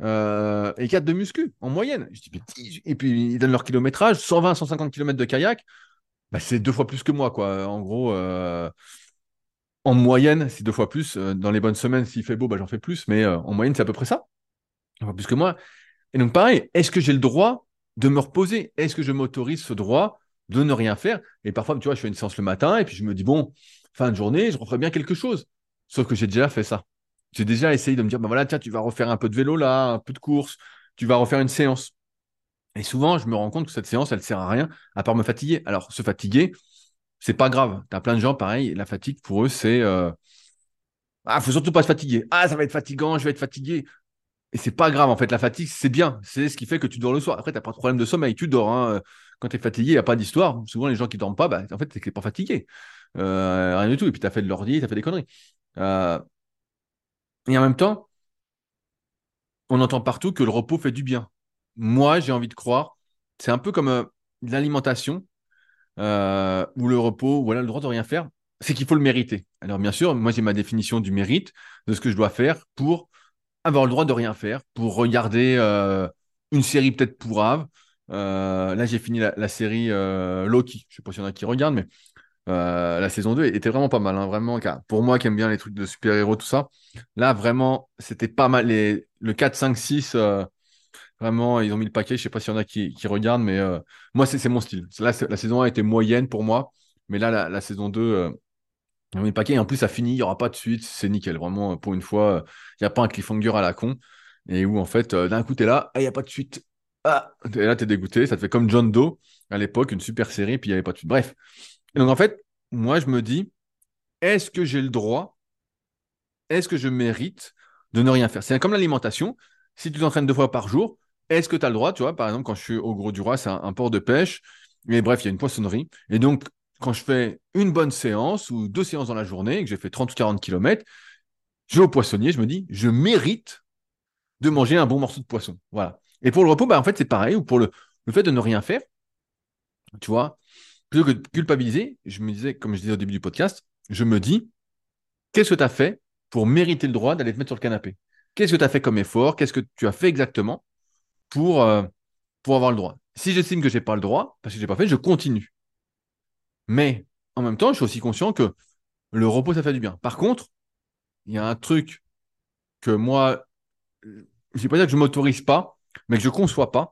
et 4 de muscu en moyenne. Je dis, et puis ils donnent leur kilométrage, 120, 150 km de kayak, bah, c'est 2 fois plus que moi, quoi. En gros, en moyenne, c'est 2 fois plus. Dans les bonnes semaines, s'il fait beau, bah, j'en fais plus, mais en moyenne, c'est à peu près ça. Enfin, plus que moi. Et donc, pareil, est-ce que j'ai le droit de me reposer? Est-ce que je m'autorise ce droit de ne rien faire? Et parfois, tu vois, je fais une séance le matin et puis je me dis, bon, fin de journée, je referai bien quelque chose. Sauf que j'ai déjà fait ça. J'ai déjà essayé de me dire, bah voilà, tiens, tu vas refaire un peu de vélo là, un peu de course, tu vas refaire une séance. Et souvent, je me rends compte que cette séance, elle sert à rien à part me fatiguer. Alors, se fatiguer, c'est pas grave. T'as plein de gens, pareil, la fatigue pour eux, c'est ah, faut surtout pas se fatiguer. Ah, ça va être fatigant, je vais être fatigué. Et c'est pas grave, en fait, la fatigue, c'est bien. C'est ce qui fait que tu dors le soir. Après, t'as pas de problème de sommeil, tu dors, hein. Quand t'es fatigué, il n'y a pas d'histoire. Souvent, les gens qui dorment pas, bah, en fait, c'est que t'es pas fatigué. Rien du tout. Et puis, t'as fait de l'ordi, t'as fait des conneries. Euh, et en même temps, on entend partout que le repos fait du bien. Moi, j'ai envie de croire, c'est un peu comme l'alimentation ou le repos, voilà, le droit de rien faire, c'est qu'il faut le mériter. Alors, bien sûr, moi, j'ai ma définition du mérite, de ce que je dois faire pour avoir le droit de rien faire, pour regarder une série peut-être pourrave. Là, j'ai fini la série Loki. Je sais pas s'il y en a qui regardent, mais la saison 2 était vraiment pas mal, hein, vraiment. Pour moi qui aime bien les trucs de super-héros, tout ça, là, vraiment, c'était pas mal. Le 4, 5, 6, vraiment, ils ont mis le paquet. Je sais pas s'il y en a qui regardent, mais moi, c'est mon style. Là, la saison 1 était moyenne pour moi, mais là, la saison 2, ils ont mis le paquet. Et en plus, ça finit, il n'y aura pas de suite. C'est nickel. Vraiment, pour une fois, il n'y a pas un cliffhanger à la con. Et où, en fait, d'un coup, tu es là, il n'y a pas de suite. Ah, et là, tu es dégoûté. Ça te fait comme John Doe à l'époque, une super série, puis il n'y avait pas de suite. Bref. Et donc, en fait, moi, je me dis, est-ce que j'ai le droit, est-ce que je mérite de ne rien faire? C'est comme l'alimentation. Si tu t'entraînes 2 fois par jour, est-ce que tu as le droit, tu vois, par exemple, quand je suis au Gros du Roi, c'est un port de pêche, mais bref, il y a une poissonnerie. Et donc, quand je fais une bonne séance ou 2 séances dans la journée, et que j'ai fait 30 ou 40 kilomètres, je vais au poissonnier, je me dis, je mérite de manger un bon morceau de poisson. Voilà. Et pour le repos, bah, en fait, c'est pareil, ou pour le fait de ne rien faire, tu vois, plutôt que de culpabiliser, je me disais, comme je disais au début du podcast, je me dis, qu'est-ce que tu as fait pour mériter le droit d'aller te mettre sur le canapé? Qu'est-ce que tu as fait comme effort? Qu'est-ce que tu as fait exactement pour, euh, pour avoir le droit? Si j'estime que je n'ai pas le droit, parce que je n'ai pas fait, je continue. Mais en même temps, je suis aussi conscient que le repos, ça fait du bien. Par contre, il y a un truc que moi, je ne vais pas dire que je ne m'autorise pas, mais que je ne conçois pas,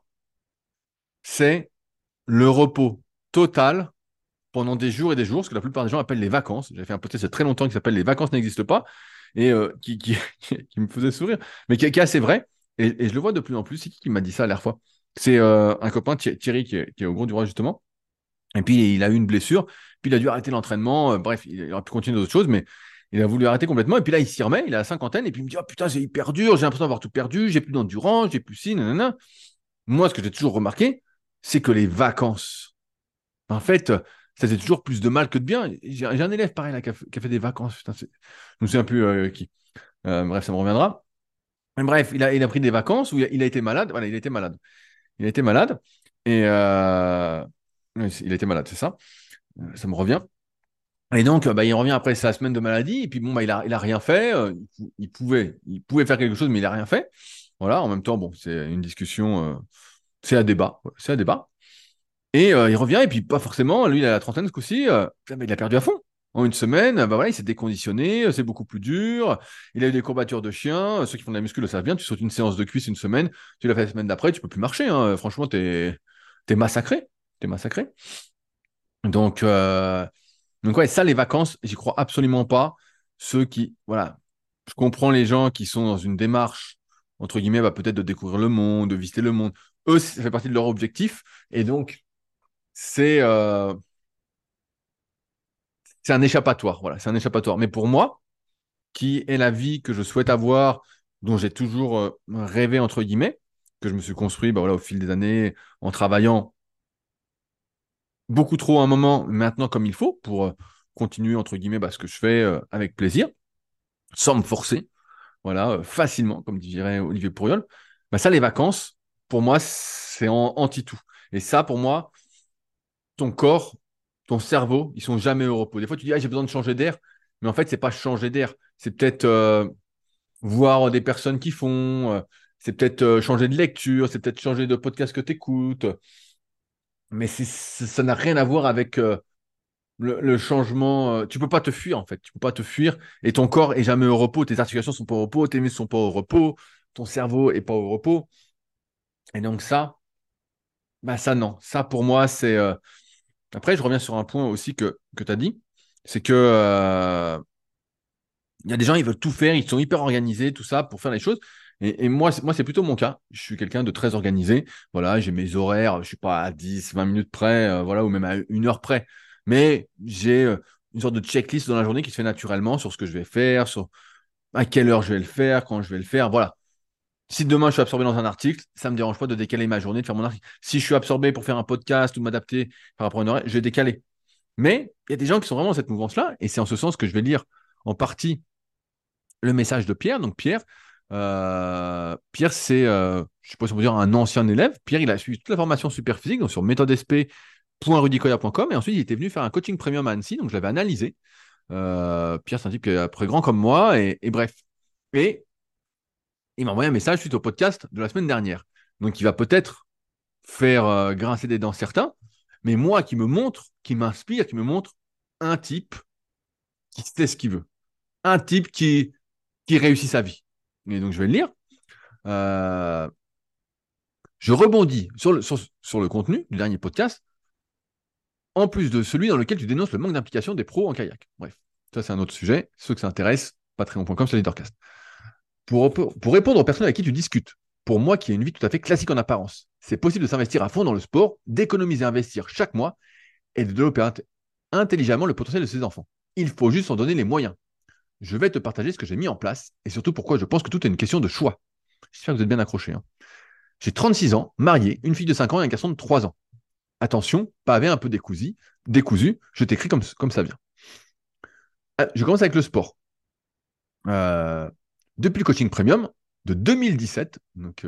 c'est le repos total pendant des jours et des jours, ce que la plupart des gens appellent les vacances. J'ai fait un podcast il y a très longtemps qui s'appelle Les vacances n'existent pas, et qui me faisait sourire, mais qui est assez vrai. Et je le vois de plus en plus. C'est qui m'a dit ça la dernière fois? C'est un copain, Thierry, qui est au Gros du Roi, justement. Et puis, il a eu une blessure. Puis, il a dû arrêter l'entraînement. Bref, il aurait pu continuer d'autres choses, mais il a voulu arrêter complètement. Et puis là, il s'y remet. Il a la cinquantaine. Et puis, il me dit, oh putain, c'est hyper dur. J'ai l'impression d'avoir tout perdu. J'ai plus d'endurance. J'ai plus ci, nanana. Moi, ce que j'ai toujours remarqué, c'est que les vacances, en fait, ça faisait toujours plus de mal que de bien. J'ai un élève pareil là qui a fait des vacances. Putain, je me souviens plus qui. Bref, ça me reviendra. Mais bref, il a pris des vacances où il a été malade. Voilà, il a été malade. Il a été malade. Et oui, il a été malade, c'est ça. Ça me revient. Et donc, bah, il revient après sa semaine de maladie. Et puis bon, bah, il a rien fait. Il pouvait faire quelque chose, mais il a rien fait. Voilà. En même temps, bon, c'est une discussion. C'est à débat. Voilà, c'est à débat. Et il revient, et puis pas forcément, lui, il a la trentaine ce coup-ci, putain, mais il a perdu à fond. En une semaine, bah voilà, il s'est déconditionné, c'est beaucoup plus dur. Il a eu des courbatures de chien. Ceux qui font de la muscu le savent bien. Tu sautes une séance de cuisse une semaine, tu l'as fait la semaine d'après, tu peux plus marcher, hein. Franchement, t'es massacré. T'es massacré. Donc, euh, donc ouais, ça, les vacances, j'y crois absolument pas. Ceux qui, voilà, je comprends les gens qui sont dans une démarche, entre guillemets, bah, peut-être de découvrir le monde, de visiter le monde. Eux, ça fait partie de leur objectif. Et donc, c'est c'est un échappatoire. Voilà, c'est un échappatoire. Mais pour moi, qui est la vie que je souhaite avoir, dont j'ai toujours rêvé, entre guillemets, que je me suis construit bah, voilà, au fil des années, en travaillant beaucoup trop à un moment, maintenant comme il faut, pour continuer, entre guillemets, bah, ce que je fais avec plaisir, sans me forcer, voilà, facilement, comme dirait Olivier Pourriol. Bah, ça, les vacances, pour moi, c'est anti-tout. Et ça, pour moi, ton corps, ton cerveau, ils sont jamais au repos. Des fois, tu dis, ah, j'ai besoin de changer d'air. Mais en fait, c'est pas changer d'air. C'est peut-être voir des personnes qui font. C'est peut-être changer de lecture. C'est peut-être changer de podcast que tu écoutes. Mais ça n'a rien à voir avec le changement. Tu peux pas te fuir, en fait. Tu peux pas te fuir. Et ton corps est jamais au repos. Tes articulations sont pas au repos. Tes muscles sont pas au repos. Ton cerveau est pas au repos. Et donc, ça, bah, ça, non. Ça, pour moi, c'est. Après, je reviens sur un point aussi que tu as dit. C'est que il y a des gens, ils veulent tout faire, ils sont hyper organisés, tout ça, pour faire les choses. Et moi, c'est plutôt mon cas. Je suis quelqu'un de très organisé. Voilà, j'ai mes horaires, je suis pas à 10, 20 minutes près, voilà, ou même à 1 heure près. Mais j'ai une sorte de checklist dans la journée qui se fait naturellement sur ce que je vais faire, sur à quelle heure je vais le faire, quand je vais le faire. Voilà. Si demain je suis absorbé dans un article, ça me dérange pas de décaler ma journée, de faire mon article. Si je suis absorbé pour faire un podcast ou m'adapter par rapport à une horaire, je vais décaler. Mais il y a des gens qui sont vraiment dans cette mouvance-là, et c'est en ce sens que je vais lire en partie le message de Pierre. Donc Pierre, c'est, je sais pas si on peut dire un ancien élève. Pierre, il a suivi toute la formation super physique, donc sur méthodesp.rudicoya.com, et ensuite il était venu faire un coaching premium à Annecy, donc je l'avais analysé. Pierre, c'est un type qui est à peu près grand comme moi, et bref. Et il m'a envoyé un message suite au podcast de la semaine dernière. Donc il va peut-être faire grincer des dents certains, mais moi qui me montre, qui m'inspire, qui me montre un type qui sait ce qu'il veut, un type qui réussit sa vie. Et donc je vais le lire. Euh, je rebondis sur le contenu du dernier podcast, en plus de celui dans lequel tu dénonces le manque d'implication des pros en kayak. Bref, ça c'est un autre sujet. Ceux que ça intéresse, patreon.com, c'est Leadercast. Pour répondre aux personnes avec qui tu discutes, pour moi qui ai une vie tout à fait classique en apparence, c'est possible de s'investir à fond dans le sport, d'économiser, investir chaque mois et de développer intelligemment le potentiel de ses enfants. Il faut juste en donner les moyens. Je vais te partager ce que j'ai mis en place et surtout pourquoi je pense que tout est une question de choix. J'espère que vous êtes bien accrochés. Hein. J'ai 36 ans, marié, une fille de 5 ans et un garçon de 3 ans. Attention, pavé un peu décousu, je t'écris comme ça vient. Je commence avec le sport. Euh, Depuis le coaching premium de 2017, donc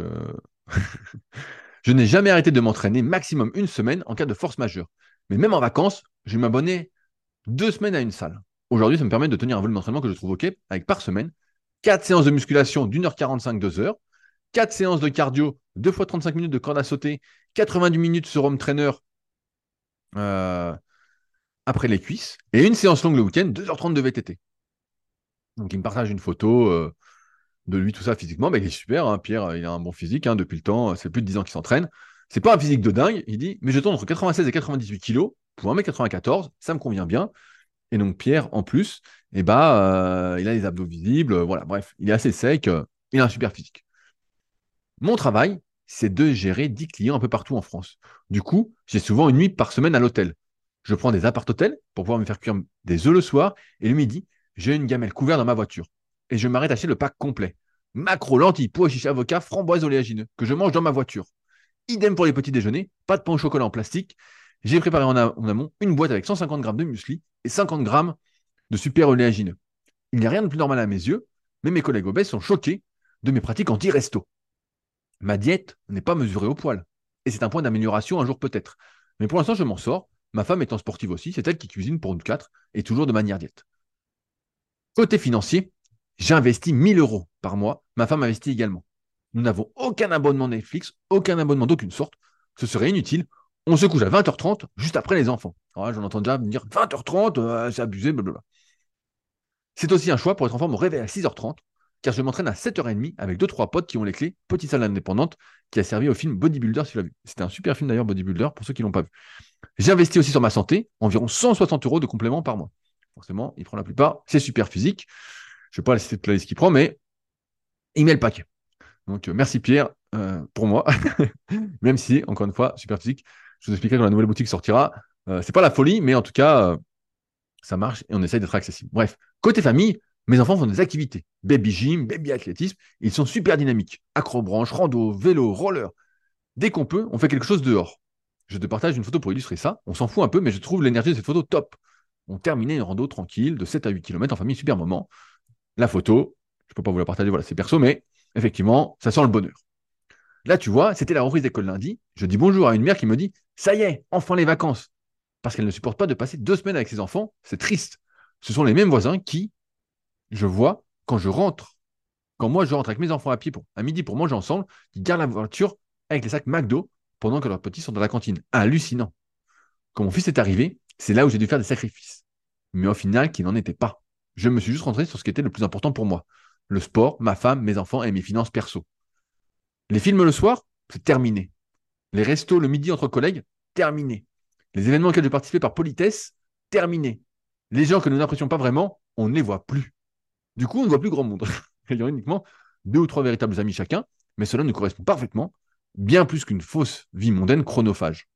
je n'ai jamais arrêté de m'entraîner maximum une semaine en cas de force majeure. Mais même en vacances, je m'abonnais 2 semaines à une salle. Aujourd'hui, ça me permet de tenir un volume d'entraînement que je trouve OK, avec par semaine 4 séances de musculation d'1h45, 2 heures, 4 séances de cardio, 2 fois 35 minutes de corde à sauter, 90 minutes sur home trainer euh, après les cuisses, et une séance longue le week-end, 2h30 de VTT. Donc il me partage une photo de lui, tout ça physiquement. Bah, il est super, hein, Pierre, il a un bon physique hein, depuis le temps, c'est plus de 10 ans qu'il s'entraîne. C'est pas un physique de dingue, il dit, mais je tourne entre 96 et 98 kilos pour 1m94, ça me convient bien. Et donc Pierre, en plus, il a les abdos visibles, voilà, bref, il est assez sec, il a un super physique. Mon travail, c'est de gérer 10 clients un peu partout en France. Du coup, j'ai souvent une nuit par semaine à l'hôtel. Je prends des appart-hôtels pour pouvoir me faire cuire des œufs le soir et le midi, j'ai une gamelle couverte dans ma voiture. Et je m'arrête acheter le pack complet. Macro, lentilles, pois chiches, avocat, framboise oléagineux que je mange dans ma voiture. Idem pour les petits déjeuners, pas de pain au chocolat en plastique. J'ai préparé en amont une boîte avec 150 grammes de muesli et 50 grammes de super oléagineux. Il n'y a rien de plus normal à mes yeux, mais mes collègues obèses sont choqués de mes pratiques anti-resto. Ma diète n'est pas mesurée au poil. Et c'est un point d'amélioration un jour peut-être. Mais pour l'instant, je m'en sors. Ma femme étant sportive aussi, c'est elle qui cuisine pour nous quatre et toujours de manière diète. Côté financier, j'investis 1000 euros par mois. Ma femme investit également. Nous n'avons aucun abonnement Netflix, aucun abonnement d'aucune sorte. Ce serait inutile. On se couche à 20h30, juste après les enfants. Alors là, j'en entends déjà me dire 20h30, c'est abusé, blablabla. C'est aussi un choix pour être en forme au réveil à 6h30, car je m'entraîne à 7h30 avec deux trois potes qui ont les clés, petite salle indépendante, qui a servi au film Bodybuilder, si tu l'as vu. C'était un super film d'ailleurs, Bodybuilder, pour ceux qui ne l'ont pas vu. J'investis aussi sur ma santé, environ 160 euros de compléments par mois. Forcément, il prend la plupart, c'est super physique. Je ne vais pas laisser toute la liste qu'il prend, mais il met le paquet. Donc merci Pierre pour moi, même si, encore une fois, super physique. Je vous expliquerai quand la nouvelle boutique sortira. C'est pas la folie, mais en tout cas, ça marche et on essaye d'être accessible. Bref, côté famille, mes enfants font des activités. Baby gym, baby athlétisme, ils sont super dynamiques. Acrobranche, rando, vélo, roller. Dès qu'on peut, on fait quelque chose dehors. Je te partage une photo pour illustrer ça. On s'en fout un peu, mais je trouve l'énergie de cette photo top. On terminait une rando tranquille de 7 à 8 km en famille, super moment. La photo, je ne peux pas vous la partager, voilà, c'est perso, mais effectivement, ça sent le bonheur. Là, tu vois, c'était la reprise d'école lundi. Je dis bonjour à une mère qui me dit ça y est, enfin les vacances. Parce qu'elle ne supporte pas de passer 2 semaines avec ses enfants. C'est triste. Ce sont les mêmes voisins qui, je vois, quand moi je rentre avec mes enfants à midi pour manger ensemble, qui gardent la voiture avec les sacs McDo pendant que leurs petits sont dans la cantine. Hallucinant. Quand mon fils est arrivé, c'est là où j'ai dû faire des sacrifices. Mais au final, qui n'en était pas. Je me suis juste rentré sur ce qui était le plus important pour moi. Le sport, ma femme, mes enfants et mes finances perso. Les films le soir, c'est terminé. Les restos le midi entre collègues, terminé. Les événements auxquels je participais par politesse, terminé. Les gens que nous n'apprécions pas vraiment, on ne les voit plus. Du coup, on ne voit plus grand monde. Ayant uniquement deux ou trois véritables amis chacun, mais cela nous correspond parfaitement, bien plus qu'une fausse vie mondaine chronophage.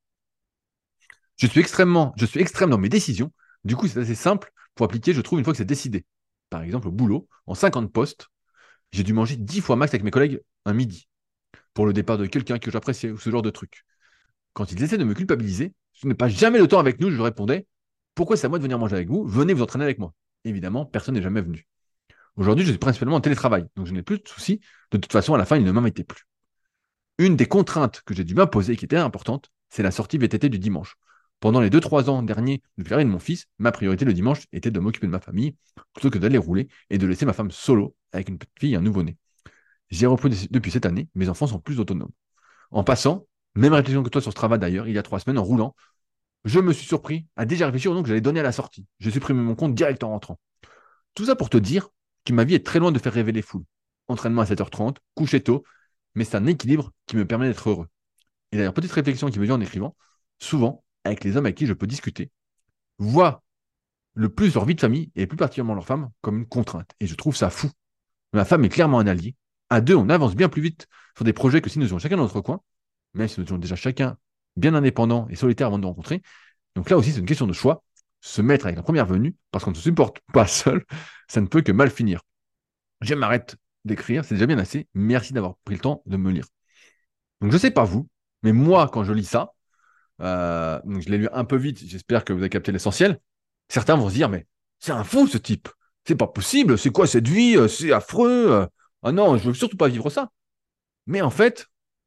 Je suis extrême dans mes décisions. Du coup, c'est assez simple pour appliquer, je trouve, une fois que c'est décidé. Par exemple, au boulot, en 50 postes, j'ai dû manger 10 fois max avec mes collègues un midi pour le départ de quelqu'un que j'appréciais ou ce genre de truc. Quand ils essaient de me culpabiliser, ce n'est pas jamais le temps avec nous, je répondais: pourquoi c'est à moi de venir manger avec vous? Venez vous entraîner avec moi. Évidemment, personne n'est jamais venu. Aujourd'hui, je suis principalement en télétravail, donc je n'ai plus de soucis. De toute façon, à la fin, il ne m'invitait plus. Une des contraintes que j'ai dû m'imposer et qui était importante, c'est la sortie VTT du dimanche. Pendant les 2 3 ans derniers depuis l'arrivée de mon fils, ma priorité le dimanche était de m'occuper de ma famille plutôt que d'aller rouler et de laisser ma femme solo avec une petite fille et un nouveau-né. J'ai repris depuis cette année, mes enfants sont plus autonomes. En passant, même réflexion que toi sur ce travail d'ailleurs, il y a 3 semaines en roulant, je me suis surpris à déjà réfléchir au nom que j'allais donner à la sortie. J'ai supprimé mon compte direct en rentrant. Tout ça pour te dire que ma vie est très loin de faire rêver les foules. Entraînement à 7h30, coucher tôt, mais c'est un équilibre qui me permet d'être heureux. Et d'ailleurs, petite réflexion qui me vient en écrivant, souvent, avec les hommes avec qui je peux discuter, voient le plus leur vie de famille, et plus particulièrement leur femme, comme une contrainte. Et je trouve ça fou. Ma femme est clairement un allié. À deux, on avance bien plus vite sur des projets que si nous étions chacun dans notre coin, même si nous étions déjà chacun bien indépendants et solitaires avant de nous rencontrer. Donc là aussi, c'est une question de choix. Se mettre avec la première venue, parce qu'on ne se supporte pas seul, ça ne peut que mal finir. Je m'arrête d'écrire, c'est déjà bien assez. Merci d'avoir pris le temps de me lire. Donc je sais pas vous, mais moi, quand je lis ça, donc je l'ai lu un peu vite, j'espère que vous avez capté l'essentiel. Certains vont se dire, mais c'est un fou ce type. C'est pas possible, c'est quoi cette vie? C'est affreux. Ah non, je veux surtout pas vivre ça. Mais en fait,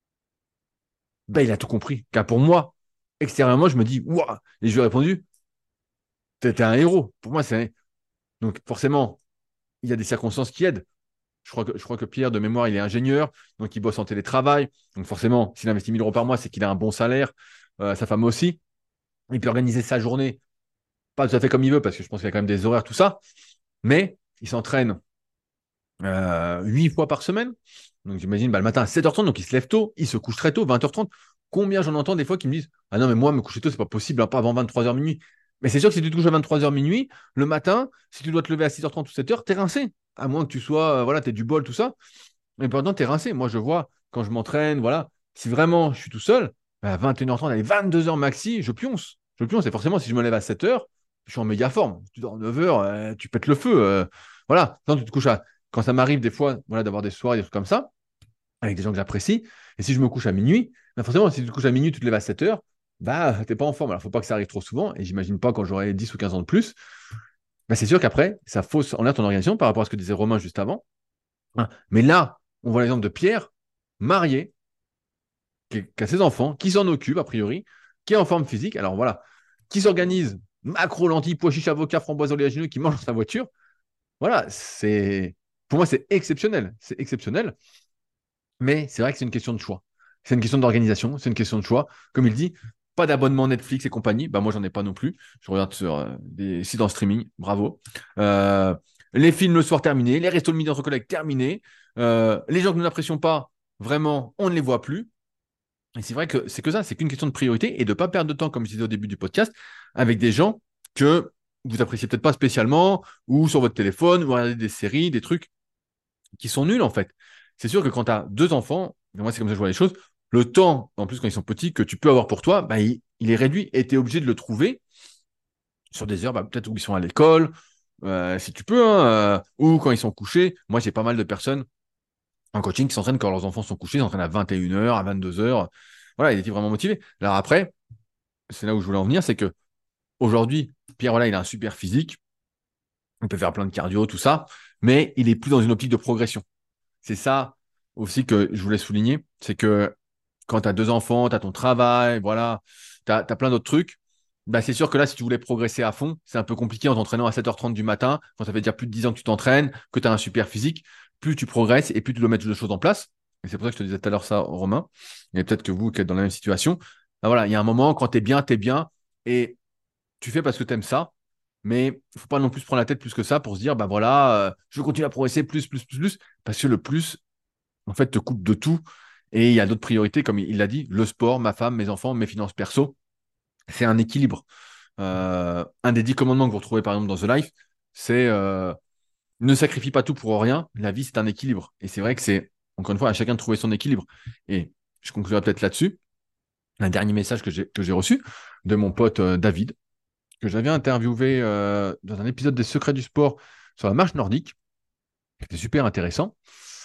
ben, il a tout compris. Car pour moi, extérieurement, je me dis, waouh! Et je lui ai répondu, t'es un héros. Pour moi, c'est. Donc forcément, il y a des circonstances qui aident. Je crois que Pierre, de mémoire, il est ingénieur, donc il bosse en télétravail. Donc forcément, s'il investit 1 000 € par mois, c'est qu'il a un bon salaire. Sa femme aussi. Il peut organiser sa journée, pas tout à fait comme il veut, parce que je pense qu'il y a quand même des horaires, tout ça. Mais il s'entraîne 8 fois par semaine. Donc j'imagine le matin à 7h30, donc il se lève tôt, il se couche très tôt, 20h30. Combien j'en entends des fois qui me disent: ah non, mais moi, me coucher tôt, c'est pas possible, hein, pas avant 23h minuit. Mais c'est sûr que si tu te couches à 23h minuit, le matin, si tu dois te lever à 6h30 ou 7h, t'es rincé. À moins que tu sois, voilà, t'aies du bol, tout ça. Mais pendant, t'es rincé. Moi, je vois, quand je m'entraîne, voilà, si vraiment je suis tout seul, à 21h30, allez, 22h maxi, je pionce. Je pionce. Et forcément, si je me lève à 7h, je suis en méga forme. Tu dors 9h, tu pètes le feu. Voilà. Quand tu te couches à. Quand ça m'arrive des fois, voilà, d'avoir des soirées, des trucs comme ça, avec des gens que j'apprécie, et si je me couche à minuit, bah forcément, si tu te couches à minuit, tu te lèves à 7h, bah, t'es pas en forme. Alors, faut pas que ça arrive trop souvent, et j'imagine pas quand j'aurai 10 ou 15 ans de plus. Bah, c'est sûr qu'après, ça fausse en l'air ton organisation par rapport à ce que disait Romain juste avant. Hein. Mais là, on voit l'exemple de Pierre, marié, qui a ses enfants, qui s'en occupe, a priori, qui est en forme physique. Alors voilà, qui s'organise, macro, lentilles, pois chiches, avocat, framboise, oléagineux, qui mange dans sa voiture. Voilà, pour moi, c'est exceptionnel. C'est exceptionnel. Mais c'est vrai que c'est une question de choix. C'est une question d'organisation, c'est une question de choix. Comme il dit, pas d'abonnement Netflix et compagnie. Bah, moi, j'en ai pas non plus. Je regarde sur des sites en streaming. Bravo. Euh, les films le soir terminés, les restos le midi entre collègues terminés. Les gens que nous n'apprécions pas, vraiment, on ne les voit plus. Et c'est vrai que c'est que ça, c'est qu'une question de priorité et de ne pas perdre de temps, comme je disais au début du podcast, avec des gens que vous appréciez peut-être pas spécialement, ou sur votre téléphone, vous regardez des séries, des trucs qui sont nuls en fait. C'est sûr que quand tu as 2 enfants, et moi c'est comme ça que je vois les choses, le temps, en plus quand ils sont petits, que tu peux avoir pour toi, bah, il est réduit et tu es obligé de le trouver sur des heures, bah, peut-être où ils sont à l'école, si tu peux, hein, ou quand ils sont couchés. Moi j'ai pas mal de personnes en coaching qui s'entraînent quand leurs enfants sont couchés, ils s'entraînent à 21h, à 22h. Voilà, il était vraiment motivé. Alors après, c'est là où je voulais en venir, c'est que aujourd'hui, Pierre, voilà, il a un super physique, il peut faire plein de cardio, tout ça, mais il est plus dans une optique de progression. C'est ça aussi que je voulais souligner, c'est que quand tu as 2 enfants, tu as ton travail, voilà, tu as plein d'autres trucs, bah c'est sûr que là, si tu voulais progresser à fond, c'est un peu compliqué en t'entraînant à 7h30 du matin, quand ça fait déjà plus de 10 ans que tu t'entraînes, que tu as un super physique, plus tu progresses et plus tu dois mettre de choses en place. Et c'est pour ça que je te disais tout à l'heure ça, Romain, et peut-être que vous qui êtes dans la même situation, bah voilà, il y a un moment, quand tu es bien, et tu fais parce que tu aimes ça, mais il ne faut pas non plus se prendre la tête plus que ça pour se dire, bah voilà, je veux continuer à progresser plus, plus, plus, plus, parce que le plus, en fait, te coupe de tout. Et il y a d'autres priorités, comme il l'a dit, le sport, ma femme, mes enfants, mes finances perso. C'est un équilibre. Un des 10 commandements que vous retrouvez par exemple dans The Life, c'est ne sacrifie pas tout pour rien. La vie, c'est un équilibre. Et c'est vrai que c'est, encore une fois, à chacun de trouver son équilibre. Et je conclurai peut-être là-dessus. Un dernier message que j'ai reçu de mon pote David, que j'avais interviewé dans un épisode des Secrets du sport sur la marche nordique, qui était super intéressant,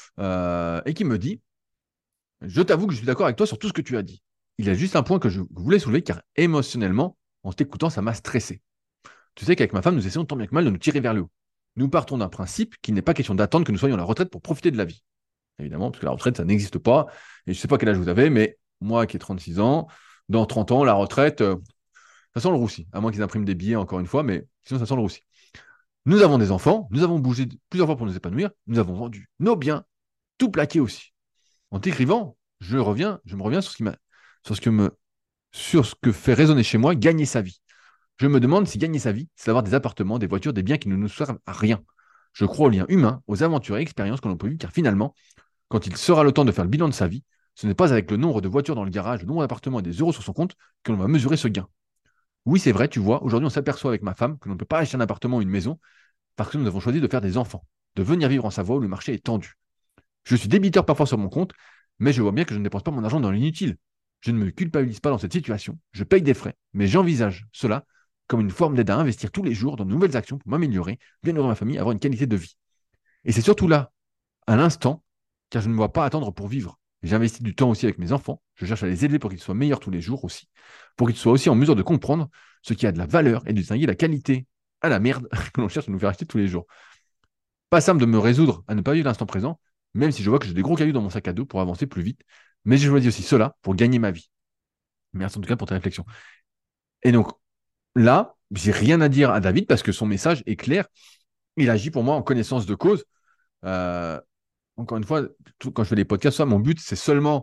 et qui me dit, je t'avoue que je suis d'accord avec toi sur tout ce que tu as dit. Il y a juste un point que je voulais soulever, car émotionnellement, en t'écoutant, ça m'a stressé. Tu sais qu'avec ma femme, nous essayons tant bien que mal de nous tirer vers le haut. Nous partons d'un principe qu'il n'est pas question d'attendre que nous soyons à la retraite pour profiter de la vie. Évidemment, parce que la retraite, ça n'existe pas. Et je ne sais pas quel âge vous avez, mais moi qui ai 36 ans, dans 30 ans, la retraite, ça sent le roussi. À moins qu'ils impriment des billets, encore une fois, mais sinon, ça sent le roussi. Nous avons des enfants, nous avons bougé plusieurs fois pour nous épanouir, nous avons vendu nos biens, tout plaqué aussi. En t'écrivant, je me reviens sur ce que me, sur ce que fait résonner chez moi gagner sa vie. Je me demande si gagner sa vie, c'est d'avoir des appartements, des voitures, des biens qui ne nous servent à rien. Je crois aux liens humains, aux aventures et expériences que l'on peut vivre, car finalement, quand il sera le temps de faire le bilan de sa vie, ce n'est pas avec le nombre de voitures dans le garage, le nombre d'appartements et des euros sur son compte que l'on va mesurer ce gain. Oui, c'est vrai, tu vois, aujourd'hui on s'aperçoit avec ma femme que l'on ne peut pas acheter un appartement ou une maison parce que nous avons choisi de faire des enfants, de venir vivre en Savoie où le marché est tendu. Je suis débiteur parfois sur mon compte, mais je vois bien que je ne dépense pas mon argent dans l'inutile. Je ne me culpabilise pas dans cette situation, je paye des frais, mais j'envisage cela comme une forme d'aide à investir tous les jours dans de nouvelles actions pour m'améliorer, bien nourrir ma famille, avoir une qualité de vie. Et c'est surtout là, à l'instant, car je ne me vois pas attendre pour vivre. J'investis du temps aussi avec mes enfants, je cherche à les élever pour qu'ils soient meilleurs tous les jours aussi, pour qu'ils soient aussi en mesure de comprendre ce qui a de la valeur et de distinguer la qualité à la merde que l'on cherche à nous faire acheter tous les jours. Pas simple de me résoudre à ne pas vivre l'instant présent, même si je vois que j'ai des gros cailloux dans mon sac à dos pour avancer plus vite, mais j'ai choisi aussi cela pour gagner ma vie. Merci en tout cas pour ta réflexion. Et donc là, j'ai rien à dire à David parce que son message est clair. Il agit pour moi en connaissance de cause. Euh, Encore une fois, quand je fais des podcasts, ça, mon but, c'est seulement,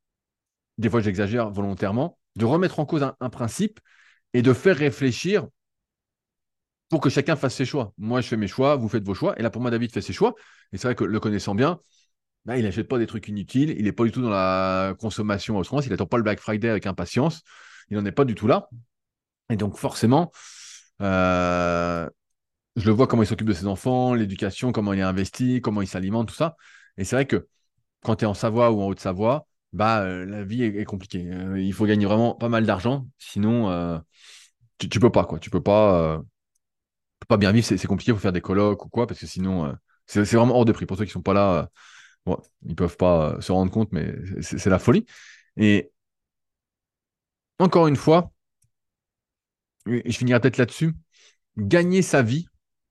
des fois j'exagère volontairement, de remettre en cause un principe et de faire réfléchir pour que chacun fasse ses choix. Moi, je fais mes choix, vous faites vos choix. Et là, pour moi, David fait ses choix. Et c'est vrai que le connaissant bien, bah, il n'achète pas des trucs inutiles. Il n'est pas du tout dans la consommation à outrance. Il n'attend pas le Black Friday avec impatience. Il n'en est pas du tout là. Et donc, forcément, euh, je le vois comment il s'occupe de ses enfants, l'éducation, comment il est investi, comment il s'alimente, tout ça. Et c'est vrai que quand tu es en Savoie ou en Haute-Savoie, bah, la vie est compliquée. Il faut gagner vraiment pas mal d'argent. Sinon, tu peux pas, quoi. Tu peux pas bien vivre. C'est compliqué. Il faut faire des colocs ou quoi, parce que sinon, c'est vraiment hors de prix. Pour ceux qui sont pas là, bon, ils peuvent pas se rendre compte, mais c'est la folie. Et encore une fois, et je finirai peut-être là-dessus, gagner sa vie.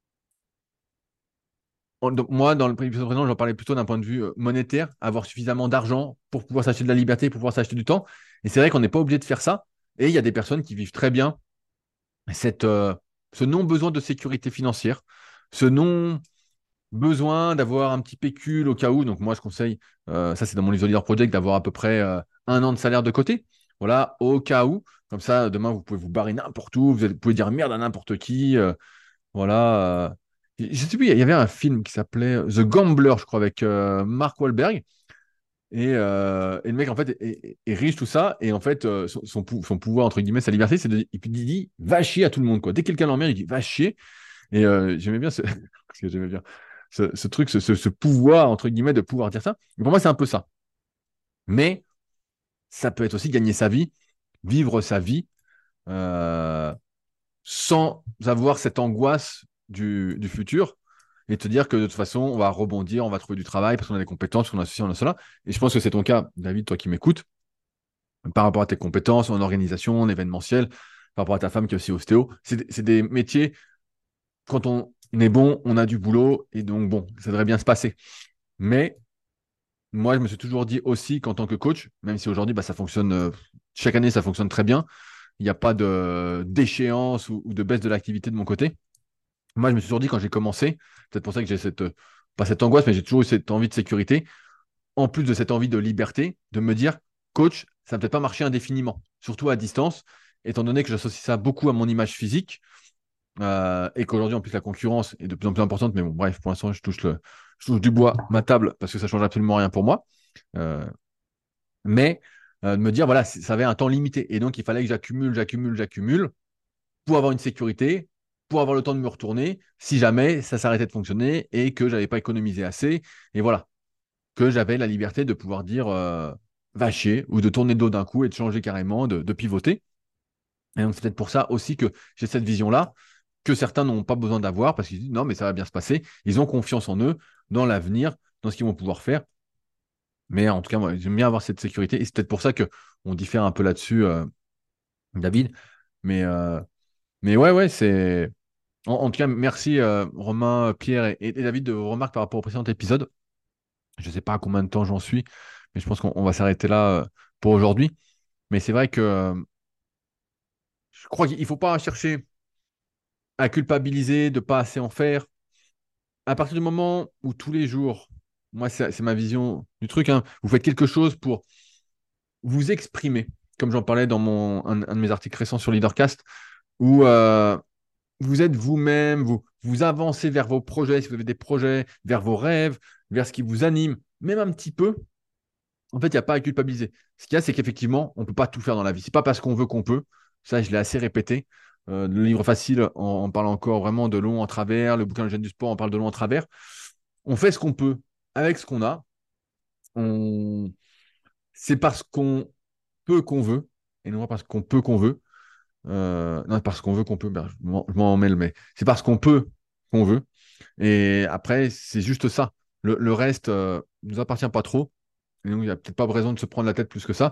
Donc, moi, dans le épisode précédent, j'en parlais plutôt d'un point de vue monétaire, avoir suffisamment d'argent pour pouvoir s'acheter de la liberté, pour pouvoir s'acheter du temps. Et c'est vrai qu'on n'est pas obligé de faire ça. Et il y a des personnes qui vivent très bien cette, ce non-besoin de sécurité financière, ce non-besoin d'avoir un petit pécule au cas où. Donc moi, je conseille, ça c'est dans mon livre Leader Project, d'avoir à peu près 1 an de salaire de côté. Voilà, au cas où. Comme ça, demain, vous pouvez vous barrer n'importe où, pouvez dire merde à n'importe qui. Voilà. Je sais plus, il y avait un film qui s'appelait The Gambler, je crois, avec Mark Wahlberg. Et le mec, en fait, est riche, tout ça. Et en fait, son pouvoir, entre guillemets, sa liberté, c'est de. Il dit va chier à tout le monde, quoi. Dès que quelqu'un l'emmerde, il dit va chier. Et j'aimais bien ce. Parce que j'aimais bien ce truc, ce pouvoir, entre guillemets, de pouvoir dire ça. Et pour moi, c'est un peu ça. Mais ça peut être aussi gagner sa vie, vivre sa vie, euh, sans avoir cette angoisse du futur et te dire que de toute façon, on va rebondir, on va trouver du travail parce qu'on a des compétences, parce qu'on a ceci, on a cela. Et je pense que c'est ton cas, David, toi qui m'écoutes, par rapport à tes compétences en organisation, en événementiel, par rapport à ta femme qui est aussi ostéo. C'est des métiers, quand on est bon, on a du boulot et donc bon, ça devrait bien se passer. Mais moi, je me suis toujours dit aussi qu'en tant que coach, même si aujourd'hui, bah, ça fonctionne, chaque année, ça fonctionne très bien, il n'y a pas de d'échéance ou de baisse de l'activité de mon côté. Moi, je me suis toujours dit quand j'ai commencé, peut-être pour ça que j'ai cette, pas cette angoisse, mais j'ai toujours eu cette envie de sécurité, en plus de cette envie de liberté, de me dire, coach, ça ne va peut-être pas marcher indéfiniment, surtout à distance, étant donné que j'associe ça beaucoup à mon image physique, et qu'aujourd'hui, en plus, la concurrence est de plus en plus importante, mais bon, bref, pour l'instant, je touche du bois, ma table, parce que ça change absolument rien pour moi. Euh, mais de me dire, voilà, ça avait un temps limité, et donc il fallait que j'accumule pour avoir une sécurité, pour avoir le temps de me retourner si jamais ça s'arrêtait de fonctionner et que j'avais pas économisé assez. Et voilà, que j'avais la liberté de pouvoir dire va chier ou de tourner le dos d'un coup et de changer carrément, de pivoter. Et donc, c'est peut-être pour ça aussi que j'ai cette vision-là, que certains n'ont pas besoin d'avoir parce qu'ils disent non, mais ça va bien se passer. Ils ont confiance en eux, dans l'avenir, dans ce qu'ils vont pouvoir faire. Mais en tout cas, moi, j'aime bien avoir cette sécurité. Et c'est peut-être pour ça que on diffère un peu là-dessus, David. Mais, euh, mais ouais, ouais, c'est. En tout cas, merci Romain, Pierre et David de vos remarques par rapport au précédent épisode. Je ne sais pas à combien de temps j'en suis, mais je pense qu'on va s'arrêter là pour aujourd'hui. Mais c'est vrai que je crois qu'il ne faut pas chercher à culpabiliser de pas assez en faire. À partir du moment où tous les jours, moi c'est ma vision du truc, hein, vous faites quelque chose pour vous exprimer, comme j'en parlais dans un de mes articles récents sur Leadercast, où vous êtes vous-même, vous avancez vers vos projets, si vous avez des projets, vers vos rêves, vers ce qui vous anime, même un petit peu. En fait, il n'y a pas à culpabiliser. Ce qu'il y a, c'est qu'effectivement, on ne peut pas tout faire dans la vie. C'est pas parce qu'on veut qu'on peut. Ça, je l'ai assez répété. Le livre facile en parle encore vraiment de long en travers. Le bouquin Le Gène du sport en parle de long en travers. On fait ce qu'on peut avec ce qu'on a. On... C'est parce qu'on peut qu'on veut, et non pas parce qu'on peut qu'on veut. Non, parce qu'on veut qu'on peut. Ben, je m'en mêle, mais c'est parce qu'on peut qu'on veut. Et après, c'est juste ça. Le reste nous appartient pas trop. Et donc, il n'y a peut-être pas raison de se prendre la tête plus que ça.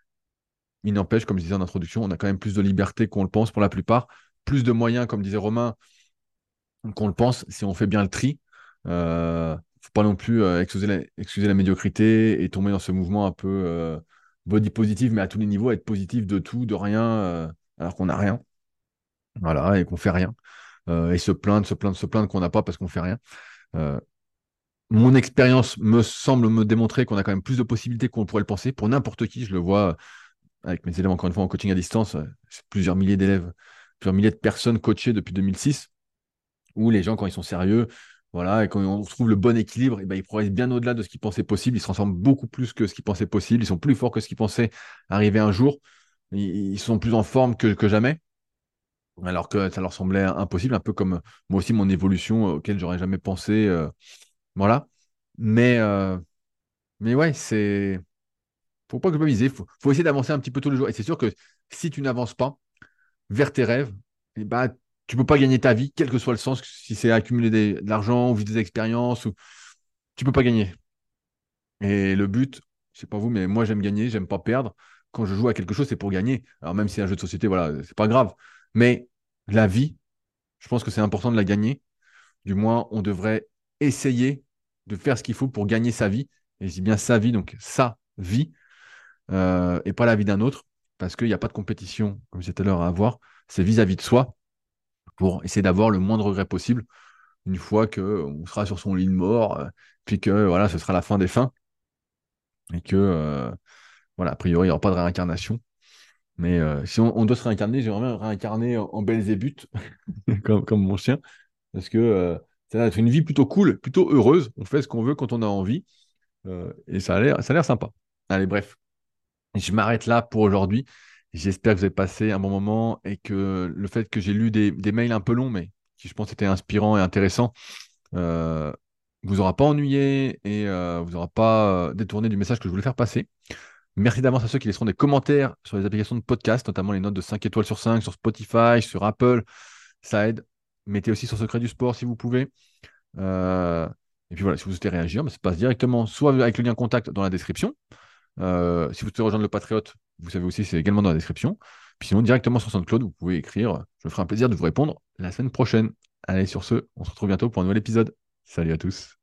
Il n'empêche, comme je disais en introduction, on a quand même plus de liberté qu'on le pense pour la plupart, plus de moyens, comme disait Romain, qu'on le pense si on fait bien le tri. Faut pas non plus excuser la médiocrité et tomber dans ce mouvement un peu body positive, mais à tous les niveaux, être positif de tout, de rien, alors qu'on n'a rien. Voilà, et qu'on fait rien. Et se plaindre, se plaindre, se plaindre qu'on n'a pas parce qu'on fait rien. Euh, Mon expérience me semble me démontrer qu'on a quand même plus de possibilités qu'on pourrait le penser pour n'importe qui. Je le vois avec mes élèves, encore une fois, en coaching à distance, c'est plusieurs milliers d'élèves, plusieurs milliers de personnes coachées depuis 2006, où les gens, quand ils sont sérieux, voilà, et quand on trouve le bon équilibre, et ben, ils progressent bien au-delà de ce qu'ils pensaient possible, ils se transforment beaucoup plus que ce qu'ils pensaient possible, ils sont plus forts que ce qu'ils pensaient arriver un jour, ils sont plus en forme que jamais, alors que ça leur semblait impossible, un peu comme moi aussi mon évolution auquel j'aurais jamais pensé, voilà. Mais, euh, mais ouais, faut pas culpabiliser, faut essayer d'avancer un petit peu tous les jours. Et c'est sûr que si tu n'avances pas, vers tes rêves, et bah, tu peux pas gagner ta vie, quel que soit le sens, si c'est accumuler de l'argent ou vivre des expériences, ou tu peux pas gagner. Et le but, je sais pas vous, mais moi j'aime gagner, j'aime pas perdre. Quand je joue à quelque chose, c'est pour gagner. Alors même si c'est un jeu de société, voilà, c'est pas grave. Mais la vie, je pense que c'est important de la gagner. Du moins, on devrait essayer de faire ce qu'il faut pour gagner sa vie. Et je dis bien sa vie, donc sa vie, et pas la vie d'un autre, parce qu'il n'y a pas de compétition, comme je disais tout à l'heure, à avoir. C'est vis-à-vis de soi pour essayer d'avoir le moins de regrets possible une fois qu'on sera sur son lit de mort, puis que voilà, ce sera la fin des fins, et que voilà, a priori, il n'y aura pas de réincarnation. Mais si on doit se réincarner, j'aimerais bien réincarner en Belzébuth, comme mon chien, parce que ça va être une vie plutôt cool, plutôt heureuse. On fait ce qu'on veut quand on a envie, et ça a l'air sympa. Allez, bref, je m'arrête là pour aujourd'hui. J'espère que vous avez passé un bon moment et que le fait que j'ai lu des mails un peu longs, mais qui je pense étaient inspirants et intéressants, euh, vous aura pas ennuyé et vous aura pas détourné du message que je voulais faire passer. Merci d'avance à ceux qui laisseront des commentaires sur les applications de podcast, notamment les notes de 5 étoiles sur 5 sur Spotify, sur Apple. Ça aide. Mettez aussi sur Secret du Sport si vous pouvez. Euh, et puis voilà, si vous souhaitez réagir, bah, ça se passe directement soit avec le lien contact dans la description. Si vous souhaitez rejoindre le Patriote, vous savez aussi, c'est également dans la description. Puis sinon, directement sur SoundCloud, vous pouvez écrire. Je me ferai un plaisir de vous répondre la semaine prochaine. Allez, sur ce, on se retrouve bientôt pour un nouvel épisode. Salut à tous.